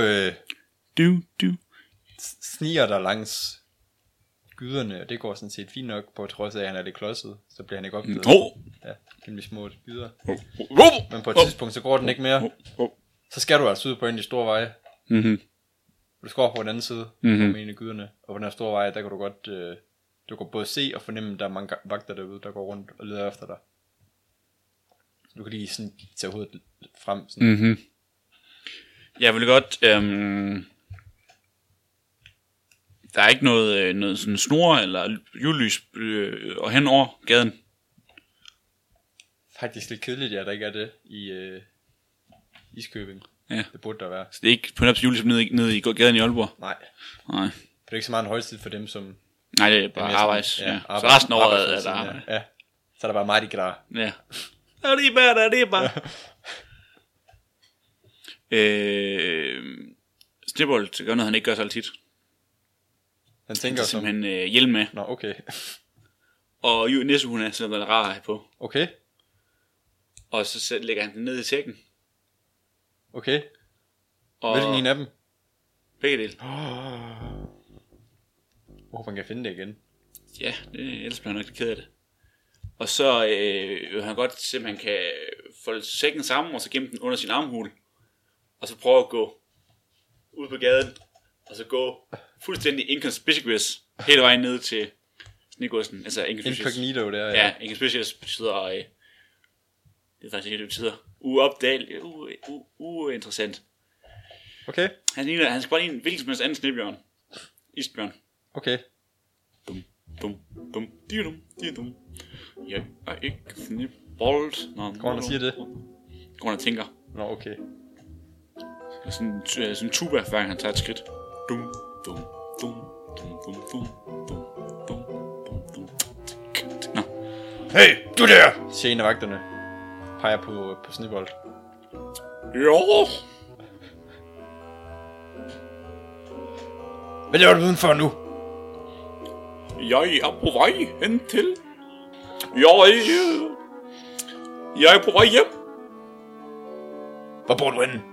sniger dig langs gyderne, og det går sådan set fint nok, på trods af, at han er lidt klodset. Så bliver han ikke opdaget. Ja, gennem de små gyder. Men på et tidspunkt, så går den ikke mere. Så skal du altså ud på en af de store veje. Du skal over på den anden side, på en af gyderne. Og på den her store vej, der kan du godt, du kan både se og fornemme, at der er mange vagter derude, der går rundt og leder efter dig. Så du kan lige sådan tage hovedet lidt frem. Sådan. Jeg vil godt... der er ikke noget sådan snor eller julelys og hen over gaden. Faktisk lidt kedeligt, ja, der ikke er det i Iskøbing. Ja. Det burde der være. Så det er ikke på nærmest julelys nede i gaden i Aalborg? Nej. Nej. Det er ikke så meget en højtid for dem, som... Nej, det er bare arbejds. Ja. Så arbejds, resten af året er der arbejde. Ja. Så er der bare Mardi Gras. Ja. Det er bare. Snibbold gør noget, han ikke gør så altid. Han tænker Det er simpelthen hjelm med. Nå, okay. Og nissehund er sådan noget rar på. Okay. Og så lægger han den ned i sækken. Okay. Og Hvilken en af dem? begge dele. Hvor man kan finde det igen. Ja, ellers bliver han nok lidt ked af det. Og så han godt simpelthen kan folde sækken sammen, og så gemme den under sin armhule. Og så prøve at gå ud på gaden, og så gå fuldstændig inconspicuous hele vejen ned til Snegåsen. Altså Incognito der, ja. Inconspicuous betyder, det er faktisk ikke det betyder, uopdagelig, uinteressant. Okay. Han skal bare ligne en hvilken som helst anden snebjørn. Isbjørn. Okay. Dum, dum, dum, dum. Jeg er ikke Snibbold. Kommer han og siger det? Kommer han og tænker. Nå, okay. Sådan en tuba, hver gang han tager et skridt. Dum, dum, dum, dum, dum, dum, dum, dum, dum, dum. Nå. Hey, du der! Siger en af vagterne. Peger på Snibbold. Jo. Hvad laver du udenfor nu? Jeg er på vej hen til. Jeg er på vej hjem. Hvor bor du henne?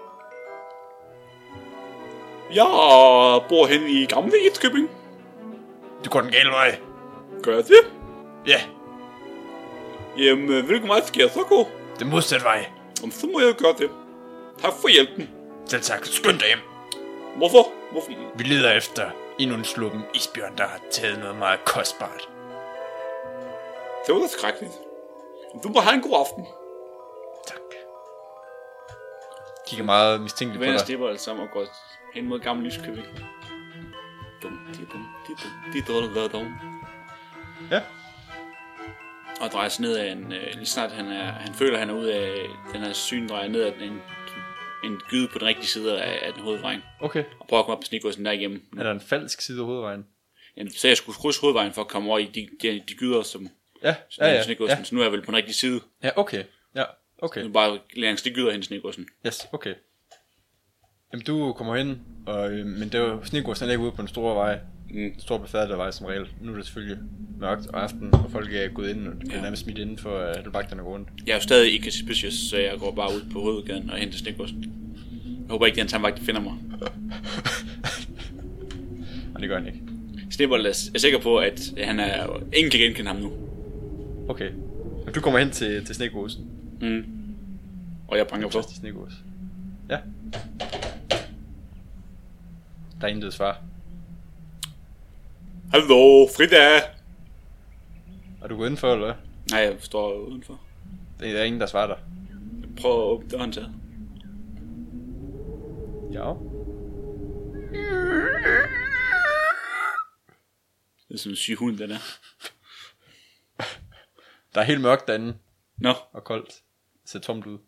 Jeg bor hen i gamle Idskøbing. Du går den gale vej. Gør jeg det? Ja, Jamen, hvilken vej skal jeg så gå? den modsatte vej. Jamen, så må jeg gøre det. Tak for hjælpen. Selv tak, skynd dig hjem. Hvorfor? Vi leder efter endnu en sluppen isbjørn, der har taget noget meget kostbart. Det var da skrækkeligt. Du må have en god aften. Tak. Kigger meget mistænkeligt på Vender dig. Snibbold sammen og går hen mod gamle Lyskøbing. Dum. Ja. Og drejer sig ned af lige snart han føler han er ude af den her syn, drejer ned af en gyde på den rigtige side af den hovedvejen. Okay. Og prøver at komme op på Snegåsen der igennem. Er der en falsk side af hovedvejen? Så jeg skulle krydse hovedvejen for at komme over i de gyder, som Ja. Snegåsen. Så nu er jeg vel på den rigtige side. Ja, okay. Ja, okay. Nu bare langs de gyder hen Snegåsen. Yes, okay. Jamen, du kommer hen, men det var Snegåsen ikke ude på den store vej. Den store befærdede vej som regel. Nu er det selvfølgelig mørkt og aften, og folk er gået ind, og det bliver nærmest smidt inden for at vagterne går rundt. Jeg er jo stadig ikke suspicious, så jeg går bare ud på hovedgaden og henter Snegåsen. Jeg håber ikke, at den samme vagt finder mig. Og det gør han ikke. Snebold er sikker på, at han er... Ingen kan genkende ham nu. Okay. Og du kommer hen til Snegåsen. Og jeg banker på. Til Snegås. Ja. Der er intet svar. Hallo, Frida! Er du gået indenfor, eller hvad? Nej, jeg står udenfor. Det er ingen, der svarer dig. Prøv at åbne døren til. Ja. Det er sådan en syg hund, den er. Der er helt mørkt derinde. Nå. Og koldt. Det ser tomt ud.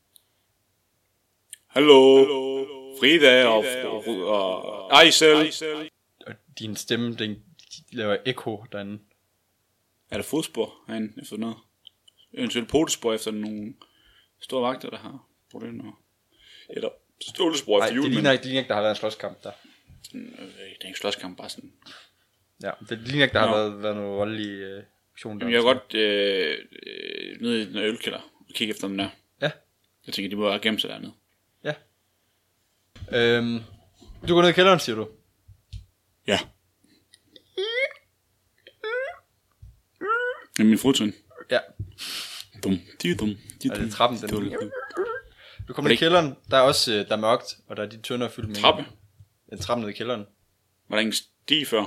Hallo. Frida og Ejsel. Og din stemme, den laver ekko derinde. Er der fodspor herinde efter noget? Eventuelt potespor efter nogle store vagter, der har brugt ind. Eller stålespor efter julen. Nej, det ligner ikke, der har været en slåskamp der. Det er ikke slåskamp, bare sådan. Ja, det ligner ikke, der har været noget voldelig aktion der. Jamen, jeg er godt nede i den ølkælder og kigge efter dem der. Ja. Jeg tænker, de må have gemt sig dernede. Ja. Du går ned i kælderen, siger du? Ja. Det er min frutrin. Ja. Dum. Er det trappen, den? Du kommer ned i kælderen, der er også der er mørkt, og der er de tønder fyldt med trappe. En trappe ned i kælderen. Var der ingen sti før?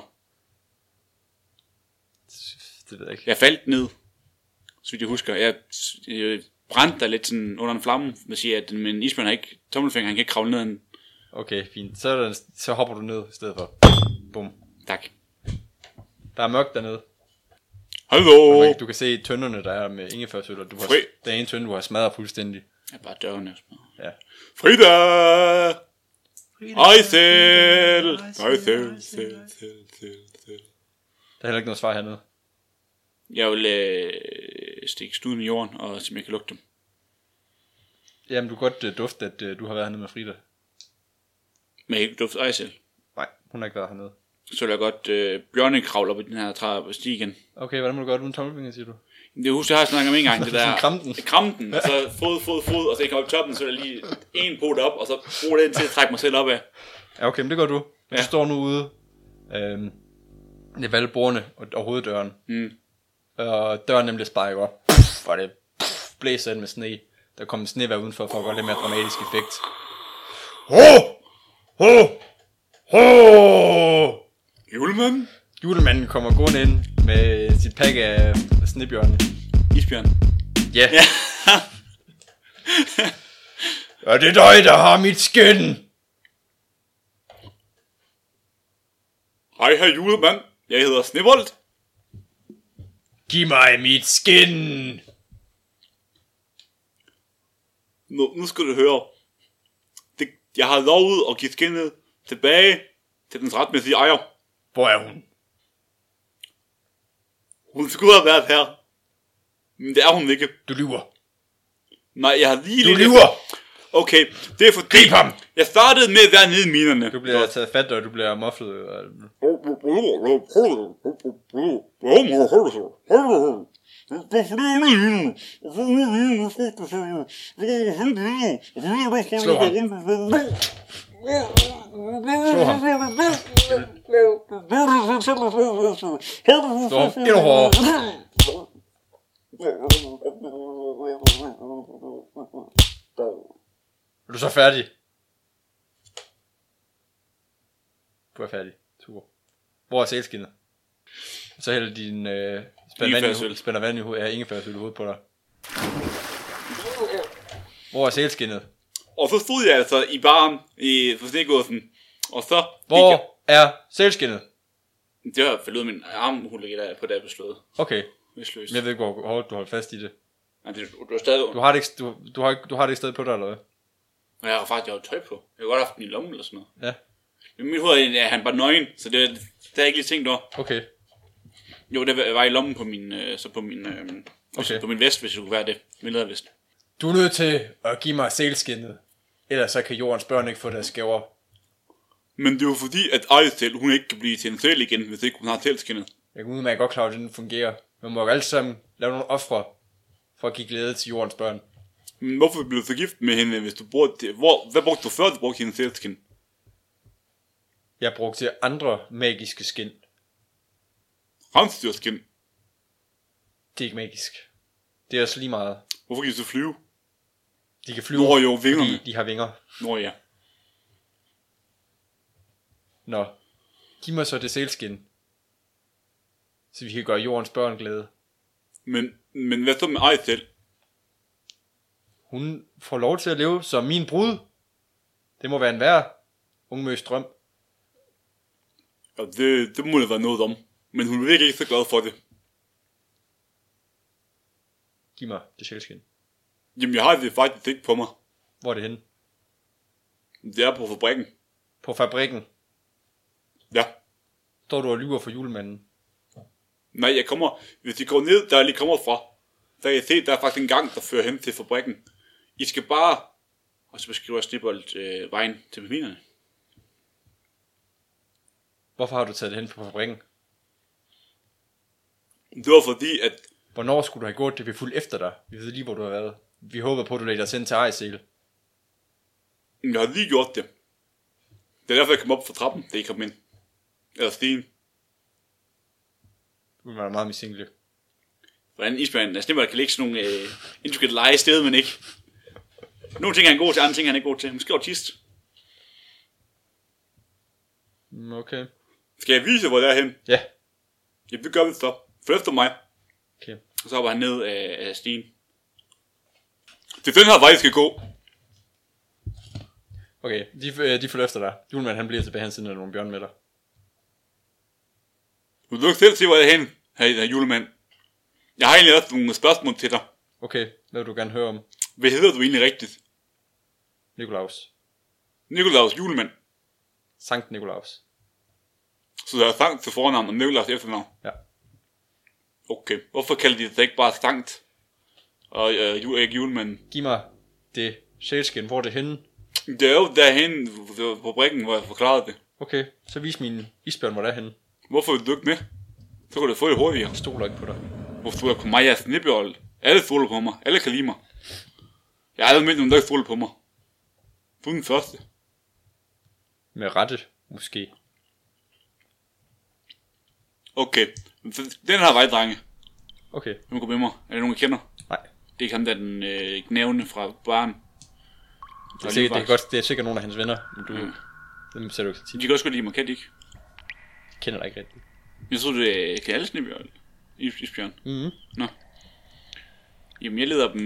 Det ved jeg ikke. Jeg faldt ned, så vidt jeg husker. Jeg brændte der lidt sådan under en flamme. Man siger, at min isbjørn har ikke tommelfinger, han kan ikke kravle ned en. Okay, fint. Så hopper du ned i stedet for. Bum. Tak. Der er mørkt dernede. Hallo! Du kan se tønderne, der er med ingefærsøl, og der er en tønde, du har smadret fuldstændig. Jeg er bare dørene. Ja. Frida! Ejsel! Der er heller ikke noget svar hernede. Jeg vil stikke studen i jorden, og se om jeg kan lugte dem. Jamen, du kan godt dufte, at du har været hernede med Frida. Men jeg kan ikke dufte Ejsel. Nej, hun har ikke været hernede. Så vil jeg godt bjørnekravle op i den her trappe og stige igen. Okay, hvordan må du gøre det uden tommelfinger, siger du? Det husker jeg har snakket om en gang, det der Kramten, og så fod, og så jeg kommer op i toppen, så er der lige en pot op, og så bruger den til at trække mig selv op af. Ja, okay, men det gør du. Du står nu ude ved valgbordene og hoveddøren. Og døren nemlig sparker op. Og det blæser ind med sne. Der kommer snevejr udenfor for at gøre lidt mere dramatisk effekt. Julemanden? Julemanden kommer gående ind med sit pakke af snebjørnen. Isbjørn. Ja. Yeah. Og det er dig, der har mit skin. Hej, herr julemand. Jeg hedder Snebold. Giv mig mit skin. Nu skal du høre. Jeg har lovet at give skinnet tilbage til dens retmæssige ejer. Hvor er hun? Hun skulle have været her. Men det er hun ikke. Du lyver. Nej, jeg har lige Du lyver. Okay, det er fordi... Grib ham. Jeg startede med at være nede i minerne. Du bliver taget fat, og du bliver mufflet. Slå ham. Endnu hårdere. Er du så færdig? Du er færdig. Super. Hvor er sælskindet? Så hælder din spænder vand i hovedet. Jeg har ingefærsøl i hovedet på dig. Hvor er sælskindet? Og så stod jeg altså i baren for Snegåsen. Og så... Hvor er sælskindet? Det var faldet ud af min arm, hun ligger der på, da jeg blev slået. Okay. Visløs. Jeg ved ikke, hvor hårdt du holdt fast i det. Nej, du er stadig... Du har det ikke stadig på dig, eller hvad? Og jeg har faktisk tøj på. Jeg har godt haft den i lommen eller sådan noget. Ja. Men mit hoved er han bare nøgen, så det har jeg ikke lige tænkt over. Okay. Jo, det var i lommen på min, på min vest, hvis det kunne være det. Min lædervest. Du er nødt til at give mig sælskindet. Ellers så kan jordens børn ikke få deres gaver. Men det er jo fordi, at Ejsel, hun ikke kan blive til en sæl igen, hvis ikke hun har sælskindet. Jeg kan udmærket godt klare, at den fungerer. Man må jo alle sammen lave nogle ofre for at give glæde til jordens børn. Men hvorfor blev du så gift med hende, hvis du brugte det? Hvad brugte du før, du brugte hendes sælskin? Jeg brugte andre magiske skin. Rensdyrskin. Det er ikke magisk. Det er også lige meget. Hvorfor kan de så flyve? De kan flyve, Nå jo, vingerne. fordi de har vinger. Nå ja. Nå, giv mig så det sælskin. Så vi kan gøre jordens børn glade. Men hvad så med Ejsel? Hun får lov til at leve som min brud. Det må være en værd ungmøs drøm. Ja, det må det være noget om. Men hun er virkelig ikke så glad for det. Giv mig det sælskin. Jamen, jeg har det faktisk ikke på mig. Hvor er det henne? Det er på fabrikken. På fabrikken. Ja. Står du og lyver for julemanden? Nej, jeg kommer... Hvis I går ned, der jeg lige kommer fra, så kan I se, der er faktisk en gang, der fører hen til fabrikken. I skal bare... Og så beskriver Snibbold vejen til minerne. Hvorfor har du taget det hen på fabrikken? Det var fordi, at... Hvornår skulle du have gjort det? Vi er fuldt efter dig. Vi ved lige, hvor du har været. Vi håber på, at du lægger dig til Ejsel. Jeg har lige gjort det. Det er derfor, jeg kom op fra trappen, da I kom ind. Eller stigen. Du vil være meget mistænkelig. Hvordan isbjørnen, altså Snibbold kan ligge sådan nogle... Inden du kan lege i stedet, men ikke. Nogle ting er han god til, andre ting er han ikke god til. Måske autist. Okay. Skal jeg vise, hvor det er hen? Ja. Ja, det gør vi så. Følg efter mig. Okay. Og så hopper han ned af stigen. Det er den her vej, jeg skal gå. Okay, de følger efter dig. Julemanden, han bliver tilbage, han sender nogle bjørn med dig. Du kan ikke selv se, hvor jeg er hen, her julemand. Jeg har egentlig også nogle spørgsmål til dig. Okay, hvad vil du gerne høre om? Hvad hedder du egentlig rigtigt? Nikolaus. Nikolaus julemand. Sankt Nikolaus. Så der er Sankt til fornavn og Nikolaus efternavn? Ja. Okay, hvorfor kalder de det ikke bare Sankt? Og ikke julemanden? Giv mig det sælskin, hvor er det henne? Det er jo derhen på fabrikken, hvor jeg forklarede det. Okay, så vis min isbjørn, hvor det er henne. Hvorfor vil du ikke med? Så kan du få det hurtigere. Jeg stoler ikke på dig. Hvorfor stoler på mig? Jeg er Snibbold. Alle stoler på mig. Alle kan lide mig. Jeg har aldrig mødt nogen, der ikke stoler på mig. Du er den første. Med rette, måske. Okay. Den her vej, drenge. Okay. Hvem går med mig? Er det nogen, I kender? Nej. Det er ikke ham, der er den knævne fra barn. Det er sikkert nogle af hans venner, men du... Dem ser du ikke så tit. De kan også godt lide mig, kan de ikke? Jeg kender dig ikke rigtigt. Jeg tror, det kan alle Snibbold. Isbjørn. Mhm. Nå. Jamen, jeg leder dem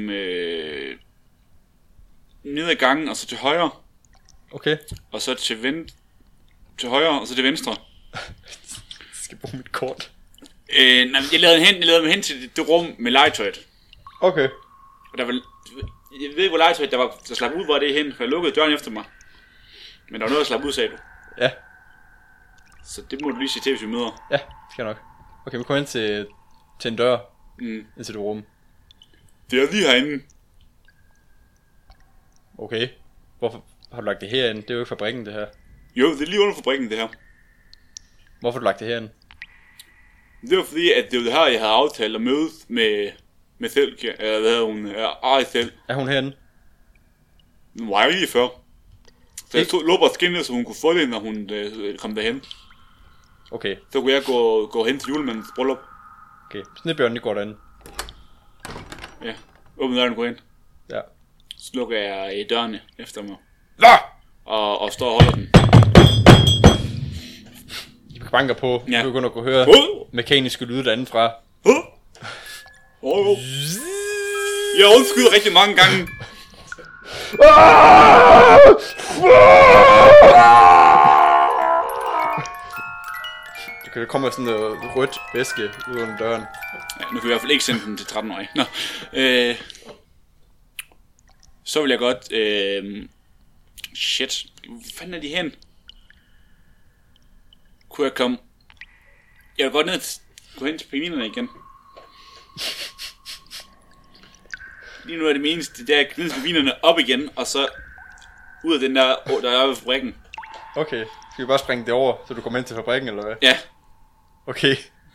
ned ad gangen, og så til højre. Okay. Og så til højre, og så til venstre. Jeg skal bruge mit kort. Nej, jeg leder dem hen til det rum med legetøjet. Okay. Og der var... Jeg ved ikke, hvor legetøjet der slap ud, hvor det er hen, for jeg lukkede døren efter mig. Men der var noget, der slap ud, sagde du. Ja. Så det må du lige sige til, hvis vi møder. Ja, det skal jeg nok. Okay, vi kommer ind til en dør. Mm. Ind til det rum. Det er lige herinde. Okay. Hvorfor har du lagt det herinde? Det er jo ikke fabrikken, det her. Jo, det er lige under fabrikken, det her. Hvorfor har du lagt det herinde? Det var fordi, at det var det her, jeg havde aftalt at mødes med Selke, eller hvad hedder hun, Ejsel. Er hun herinde? Nu var jeg lige før. Så jeg lå bare skinnet, så hun kunne få det, når hun kom derhen. Okay. Så kunne jeg gå hen til julemandens bryllup. Okay. Snibjørnen, de går derinde. Ja, åbne døren, gå ind. Ja. Så lukker jeg dørene efter mig. Hvad? Og står og holder den. De banker på. Ja. Du begynder at kunne høre mekaniske lyde derinde fra. Jeg undskyder rigtig mange gange. Der kommer sådan noget rødt væske ud under døren. Ja, nu kan vi i hvert fald ikke sende den til 13-årige. Nå. Så vil jeg godt... shit. Hvor fanden er de hen? Kunne jeg komme Jeg vil godt gå hen til pingvinerne igen. Lige nu er det eneste, det er at gnide pingvinerne op igen, og så ud af den der er ved fabrikken. Okay, skal vi bare springe det over, så du kommer ind til fabrikken, eller hvad? Ja. Okay.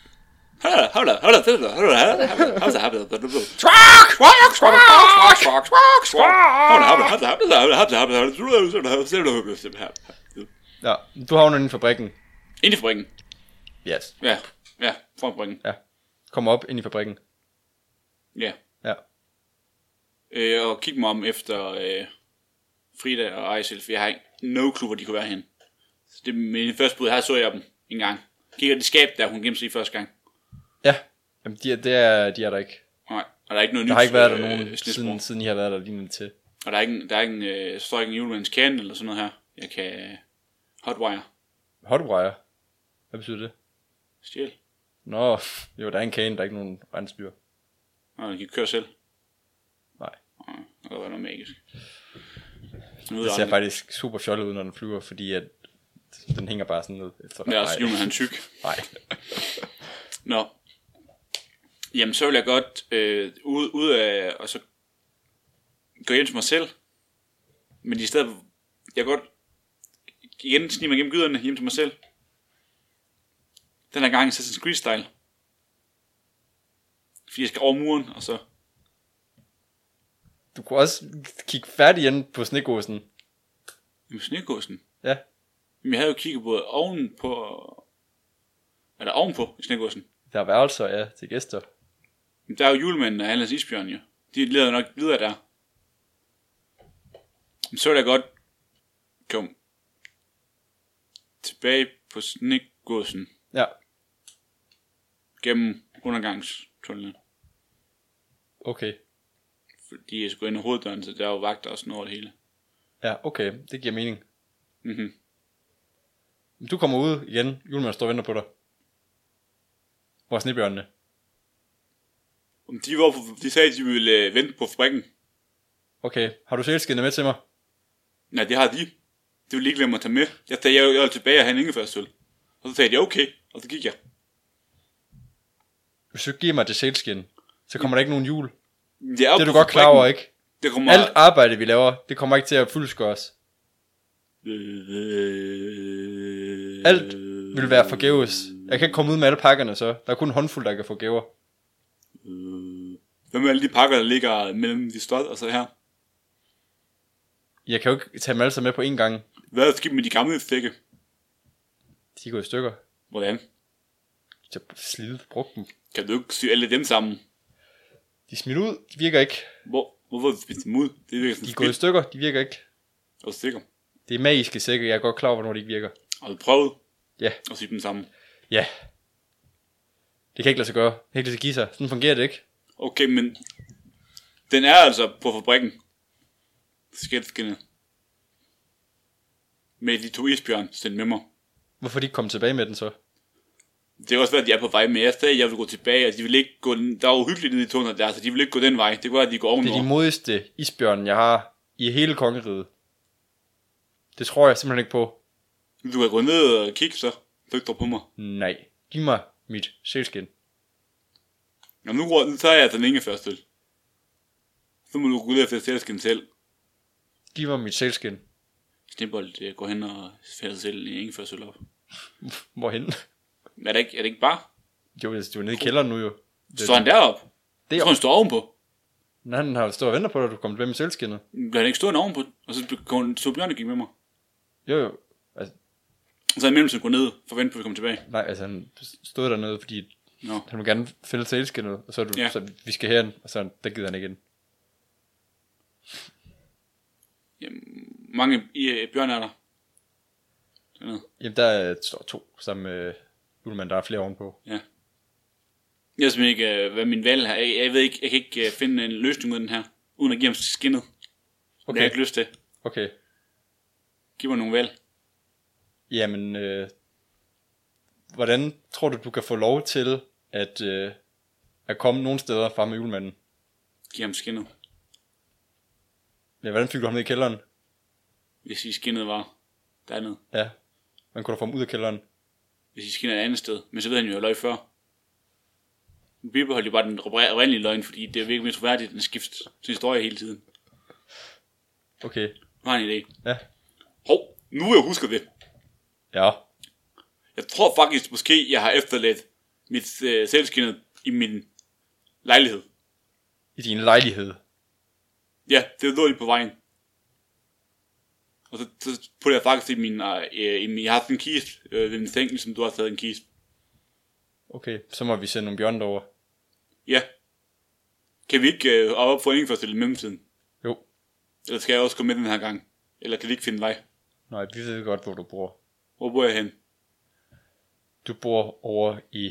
Ja, du havner inde i fabrikken. Ind i fabrikken. Yes. Ja, foran fabrikken. Ja. Kommer op ind i fabrikken. Ja. Ja. Og kig mig om efter Frida og Ejsel, for jeg har ikke no clue, hvor de kunne være henne. Så det er min første bud, her så jeg dem en gang. Kigger de skab, der hun gemte sig i første gang. Ja. Jamen, de er der ikke. Nej, og der er ikke noget Der nyt. har ikke været der nogen siden I har været der lignende til. Og der er ikke står ikke en julemandens kande eller sådan noget her. Jeg kan hotwire. Hotwire? Hvad betyder det? Stjæl. Nå, jo, der er en kane, der er ikke nogen rensdyr. Nå, den kan køre selv. Nej. Det kan være noget magisk. Det ser faktisk super fjollet ud, når den flyver, fordi at den hænger bare sådan ned. Ja, og så julen han tyk. Nej. Nå. Jamen, så vil jeg godt ud af, og så gå hjem til mig selv. Men i stedet, jeg kan godt igen snige mig gennem gyderne hjem til mig selv. Den her gang Assassin's Creed-style. Fordi jeg skal over muren, og så... Du kunne også kigge færdig igen på snegåsen. Jamen, snegåsen? Ja. Jamen, jeg havde jo kigget både ovenpå... Er der ovenpå i snegåsen? Der er værelser, ja, til gæster. Jamen, der er jo julemanden og Allas Isbjørn, jo. De leder nok videre der. Men så vil jeg godt komme tilbage på snegåsen. Ja. Gennem undergangstunnelen. Okay. Fordi jeg skal gå ind i hoveddøren, så der er jo vagter og sådan over det hele. Ja, okay. Det giver mening. Mhm. Du kommer ud igen. Julemanden står og venter på dig. Hvor er snebjørnene? De sagde, at de ville vente på fabrikken. Okay. Har du sælskinnet med til mig? Nej, det har de. Det ville ikke lade mig tage med. Jeg sagde, jeg var tilbage og have en ingefærsøl. Og så sagde de, okay. Og så gik jeg. Hvis du giver mig det sælskin, så kommer der ikke nogen jul. Det er du godt klar over, ikke? Det kommer... Alt arbejde, vi laver, det kommer ikke til at fuldskøre os. Alt vil være forgæves. Jeg kan ikke komme ud med alle pakkerne, så der er kun en håndfuld, der kan få gaver. Hvad med alle de pakker, der ligger mellem de stod og så her? Jeg kan jo ikke tage dem alle sammen med på én gang. Hvad er der sket med de gamle stikke? De går i stykker. Hvordan? Jeg har slidt, brugt dem. Kan du ikke sy alle dem sammen? De er smidt ud, de virker ikke. Hvorfor spidte dem ud? Det virker sådan de går i stykker, de virker ikke. Er du sikker? Det er magiske sække, jeg er godt klar over, hvornår de ikke virker. Har du prøvet? Ja. At sy dem sammen? Ja. Det kan ikke lade sig gøre. Det kan ikke lade sig give sig. Sådan fungerer det ikke. Okay, men den er altså på fabrikken. Skældskinnet. Med de 2 isbjørn sendt med mig. Hvorfor de ikke komme tilbage med den så? Det er også været, at de er på vej, men jeg sagde, at jeg vil gå tilbage, og de vil ikke gå den. Der er jo hyggeligt nede i tunnelen der, så de vil ikke gå den vej. Det kan være, at de går ovenover. Det er de modigste isbjørn, jeg har i hele kongeriget. Det tror jeg simpelthen ikke på. Du kan gå ned og kigge, så lygter på mig. Nej, giv mig mit sælskin. Nå, nu tager jeg altså den ingefær til. Så må du gå ud og finde sælskin selv. Giv mig mit sælskin. Snebold går hen og fælder sig selv i ingefær sølv op. Hvorhen? Er det ikke bare? Jo, du er nede i kælderen nu jo. Står han deroppe? Det jeg tror, han står ovenpå. Nej, han har stået og venter på dig, du kommer tilbage med sælskinnet. Bliver han ikke stående ovenpå? Og så Bjørn gik med mig. Jo. Altså, og så er mellemtiden gå ned, for at vente på, at vi kommer tilbage. Nej, altså han stod dernede, fordi no. Han vil gerne fælde sælskinnet, og så, så vi skal herhen, og så der gider han ikke ind. Jamen, mange bjørn er der. Dernede. Jamen, der står 2 sammen med julemanden, der er flere ovenpå. Ja. Jeg ved ikke, hvad min valg her. Jeg ved ikke, jeg kan ikke finde en løsning ud af den her, uden at give ham skinnet. Okay. Det har jeg ikke lyst til. Okay. Giv mig nogle valg. Jamen, hvordan tror du kan få lov til at komme nogle steder fra med julemanden? Giv ham skinnet. Ja, hvordan fik du ham ned i kælderen? Hvis I skinnet var dernede. Ja. Hvordan kunne du få ham ud af kælderen? hvis I skinner et andet sted. Men så ved han jo, at jeg løg før. Nu bibeholdt jo bare den oprindelige løgn, fordi det er virkelig mere troværdigt, at den skifter sin historie hele tiden. Okay. Nu har jeg en idé. Ja. Hov, nu jeg husker det. Ja. Jeg tror faktisk, måske jeg har efterladt mit selvskinnet i min lejlighed. I din lejlighed. Ja, det lå lige på vejen. Og så putter jeg faktisk i min... jeg har haft en kiste ved min seng, ligesom du har taget en kiste. Okay, så må vi sende nogle bjørn over. Ja. Kan vi ikke op for ingen først i mellemtiden? Jo. Eller skal jeg også gå med den her gang? Eller kan de ikke finde vej? Nej, vi ved godt, hvor du bor. Hvor bor jeg hen? Du bor over i...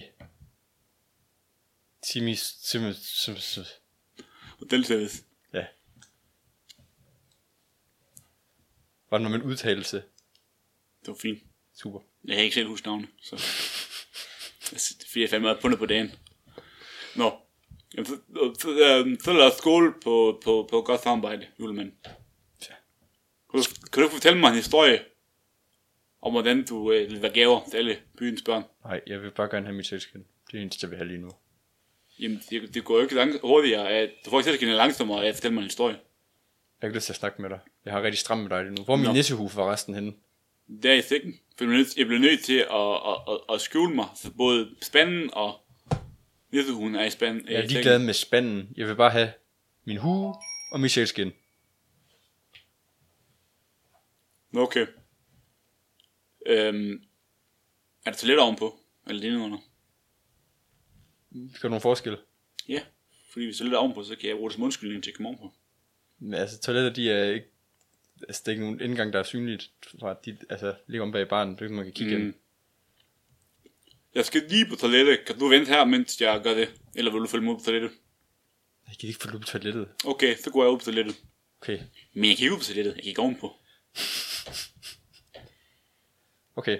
Timis... Hotelservice. Ja. Var det noget med en udtalelse? Det var fint. Super. Jeg har ikke selv husket navnet, så... fordi jeg fandt meget pundet på dagen. Nå. Så lad os skåle på godt samarbejde, julemand. Ja. Kan du fortælle mig en historie om, hvordan du vil være gaver til alle byens børn? Nej, jeg vil bare gerne have mit selvskin. Det er det eneste, jeg vil have lige nu. Jamen, det går jo ikke hurtigere, at du får ikke selvskin langsommere, at fortælle mig en historie. Jeg har ikke lyst til at snakke med dig. Jeg har rigtig stramt med dig lige nu. Hvor er min nissehue for resten henne? Der i sækken. For jeg blev nødt til at skjule mig. Så både spanden og nissehuen er i spanden. Jeg er ligeglad med spanden. Jeg vil bare have min hue og mit selvskin. Okay. Er der toilet ovenpå? Eller det under? Gør du nogen forskel? Ja, fordi hvis der er lidt ovenpå, så kan jeg bruge det som undskyldning til at komme ovenpå. Men altså, toiletter, de er ikke... Altså, det er ikke nogen indgang, der er synligt fra, de ligger om bag baren, det man kan kigge ind. Jeg skal lige på toilettet. Kan du vente her, mens jeg gør det? Eller vil du følge mig ud på toilettet? Jeg kan ikke følge ud på toilettet. Okay, så går jeg ud på toilettet. Okay. Men jeg kan ikke ud på toilettet. Jeg kan ikke ovenpå. Okay.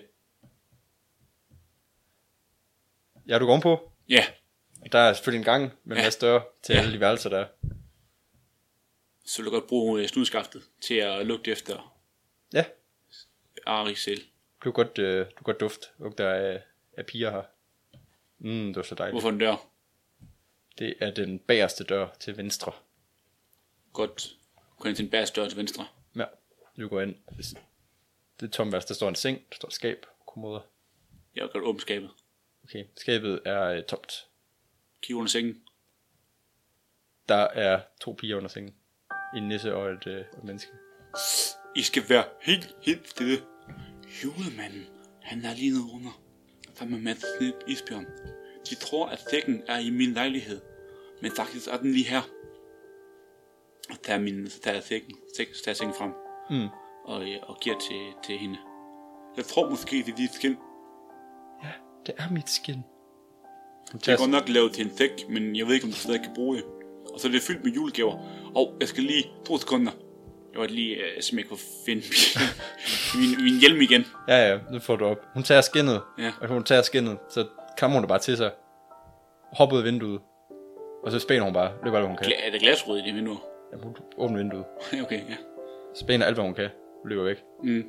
Ja, du går ovenpå? Ja. Der er selvfølgelig en gang med en masse døre til alle de værelser, der er. Så vil du godt bruge snudskaftet til at lugte efter Ja. Arik selv. Du kan godt duft. Der er piger her. Det var så dejligt. Hvorfor en dør? Det er den bagerste dør til venstre. Godt. Gå ind til en bagerste dør til venstre. Ja, du går ind. Det er tomværelse. Der står en seng, der står et skab, kommoder. Jeg har godt åbent skabet. Okay, skabet er tomt. Kig under sengen. Der er 2 piger under sengen. En nisse og et menneske. I skal være helt stille. Julemanden, han er lige nede under. Sammen med Mads Snip Isbjørn. De tror, at sækken er i min lejlighed. Men faktisk er den lige her. Og så tager jeg sækken frem. Og giver til hende. Jeg tror måske, det er dit skin. Ja, det er mit skin. Det er godt nok lavet til en sæk, men jeg ved ikke, om du stadig kan bruge det. Og så er det fyldt med julegaver. Og jeg skal lige 2 sekunder. Jeg var lige smæk for at finde min hjelm igen. Ja, nu får du op. Hun tager skinnet. Ja. Og hun tager skinnet, så kammer hun det bare til sig. Hopper ud af vinduet. Og så spænder hun bare. Det er bare, hvad hun kan. Er der glasrød i det vindue? Ja, hun åbner vinduet. Okay, ja. Spænder alt, hvad hun kan. Hun løber væk.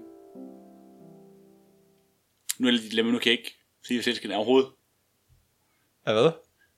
Nu er det lidt dilemma, nu kan jeg ikke sige, at selvskin er overhovedet. Ja, hvad?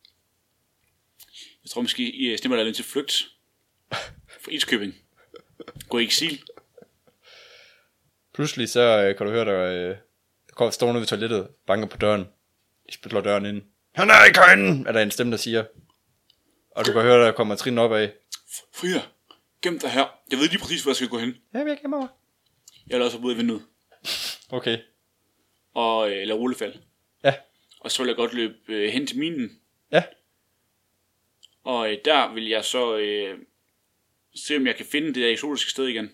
Jeg tror måske, I stemmer der lidt til flygt. For Iskøbing. Gå i eksil. Pludselig så kan du høre, der står nede ved toilettet, banker på døren. I spiller døren ind. Han er ikke herinde, er der en stemme, der siger. Og du kan høre, der kommer trin op af. Frida, gem dig her. Jeg ved lige præcis, hvor jeg skal gå hen. Ja, jeg gemmer mig. Jeg vil også ud i vinduet. Okay. Og lave rullefald. Ja. Og så vil jeg godt løbe hen til minen. Ja. Og der vil jeg så se, om jeg kan finde det der eksotiske sted igen.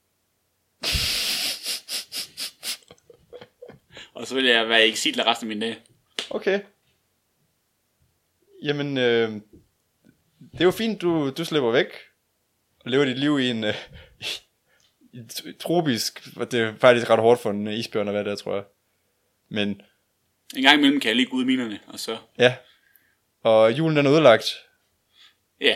Og så vil jeg være i eksil resten af mine dage. Okay. Jamen, det er jo fint, du slipper væk. Og lever dit liv i en tropisk. Det er faktisk ret hårdt for en isbjørn at være der, tror jeg. Men en gang imellem kan jeg lige gå ud i minerne, og så... Ja. Og julen den er ødelagt. Ja.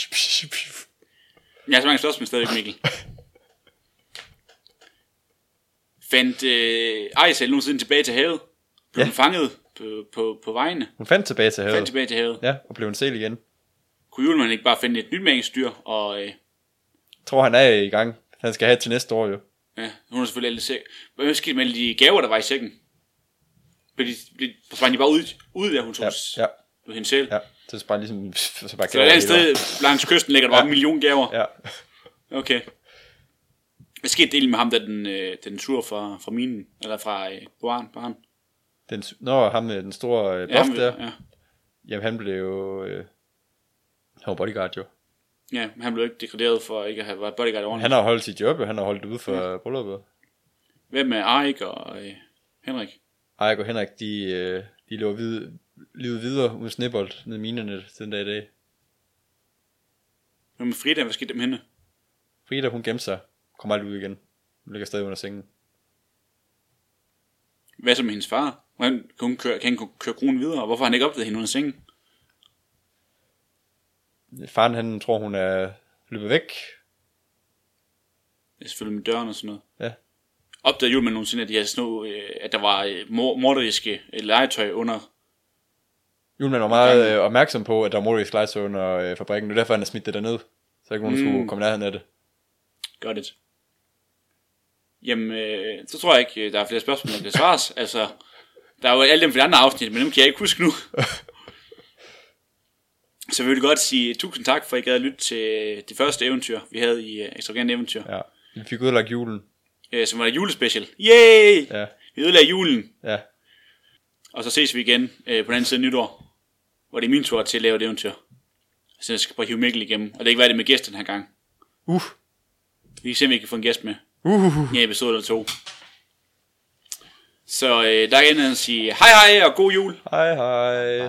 Jeg er så mange slås med stadigvæk, Mikkel. Fandt Aisel nogensinde tilbage til havet? Blev hun fanget på vejene? Hun fandt tilbage til havet. Ja, og blev en sæl igen. Kunne Julemand ikke bare finde et nyt magistyr? Og jeg tror, han er i gang. Han skal have til næste år jo. Ja, hun er selvfølgelig lidt sikker. Hvad skete med alle de gaver, der var i sækken? Sprang de bare ud der, hun tog hendes sæl? Ja, så sprang ligesom... Så et andet sted langs kysten ligger der bare en million gaver? Ja. Okay. Hvad skete det egentlig med ham, da den tur fra minen? Eller fra baren? Ham med den store buff der. Ja. Jamen, han blev jo... han var bodyguard jo. Ja, han blev ikke degraderet for ikke at have været bodyguard ordentligt. Han har holdt sit job, han har holdt ude for brylluppet. Hvem med Erik og Henrik? Erik og Henrik, de lever livet videre uden snebold ned i minerne den dag i dag. Hvem med Frida, hvad skete der med hende? Frida, hun gemte sig. Kommer aldrig ud igen. Hun ligger stadig under sengen. Hvad så med hendes far? Kan han køre kronen videre, og hvorfor har han ikke opdaget hende under sengen? Faren, han tror, hun er løbet væk. Det er selvfølgelig med døren og sådan noget. Ja. Opdagede Julemand nogensinde, at, at der var morderiske legetøj under... Julemand var meget opmærksom på, at der var morderiske legetøj under fabrikken. Det er derfor, han har smidt det derned. Så ikke nogen skulle komme nærheden af det. Godt det. Jamen, så tror jeg ikke, der er flere spørgsmål, der kan svares. Altså, der er jo alle dem for de andre afsnit, men dem kan jeg ikke huske nu. Så vi vil godt sige tusind tak, for at I gad at lytte til det første eventyr, vi havde i Ekstravagant Eventyr. Ja, vi fik udlagt julen. Som var et julespecial. Yay! Ja. Vi ødelagde julen. Ja. Og så ses vi igen på den anden side nytår, hvor det er min tur til at lave et eventyr. Så jeg skal bare hive Mikkel igennem, og det er ikke været det med gæsten den her gang. Vi kan se, om vi kan få en gæst med. I episode eller 2. Så der er en at sige hej hej og god jul. Hej hej.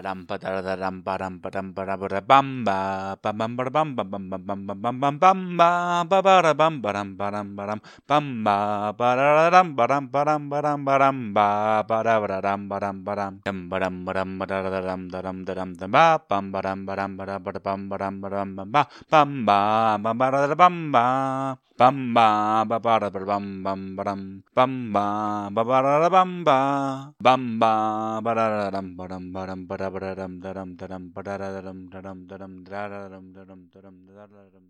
Bamba ba ba da bam bam bam bamba ba ba da bam ba bamba ba da dam ba dam ba dam ba da ba dam da dam da dam ba da dam da dam da dam da dam da dam da dam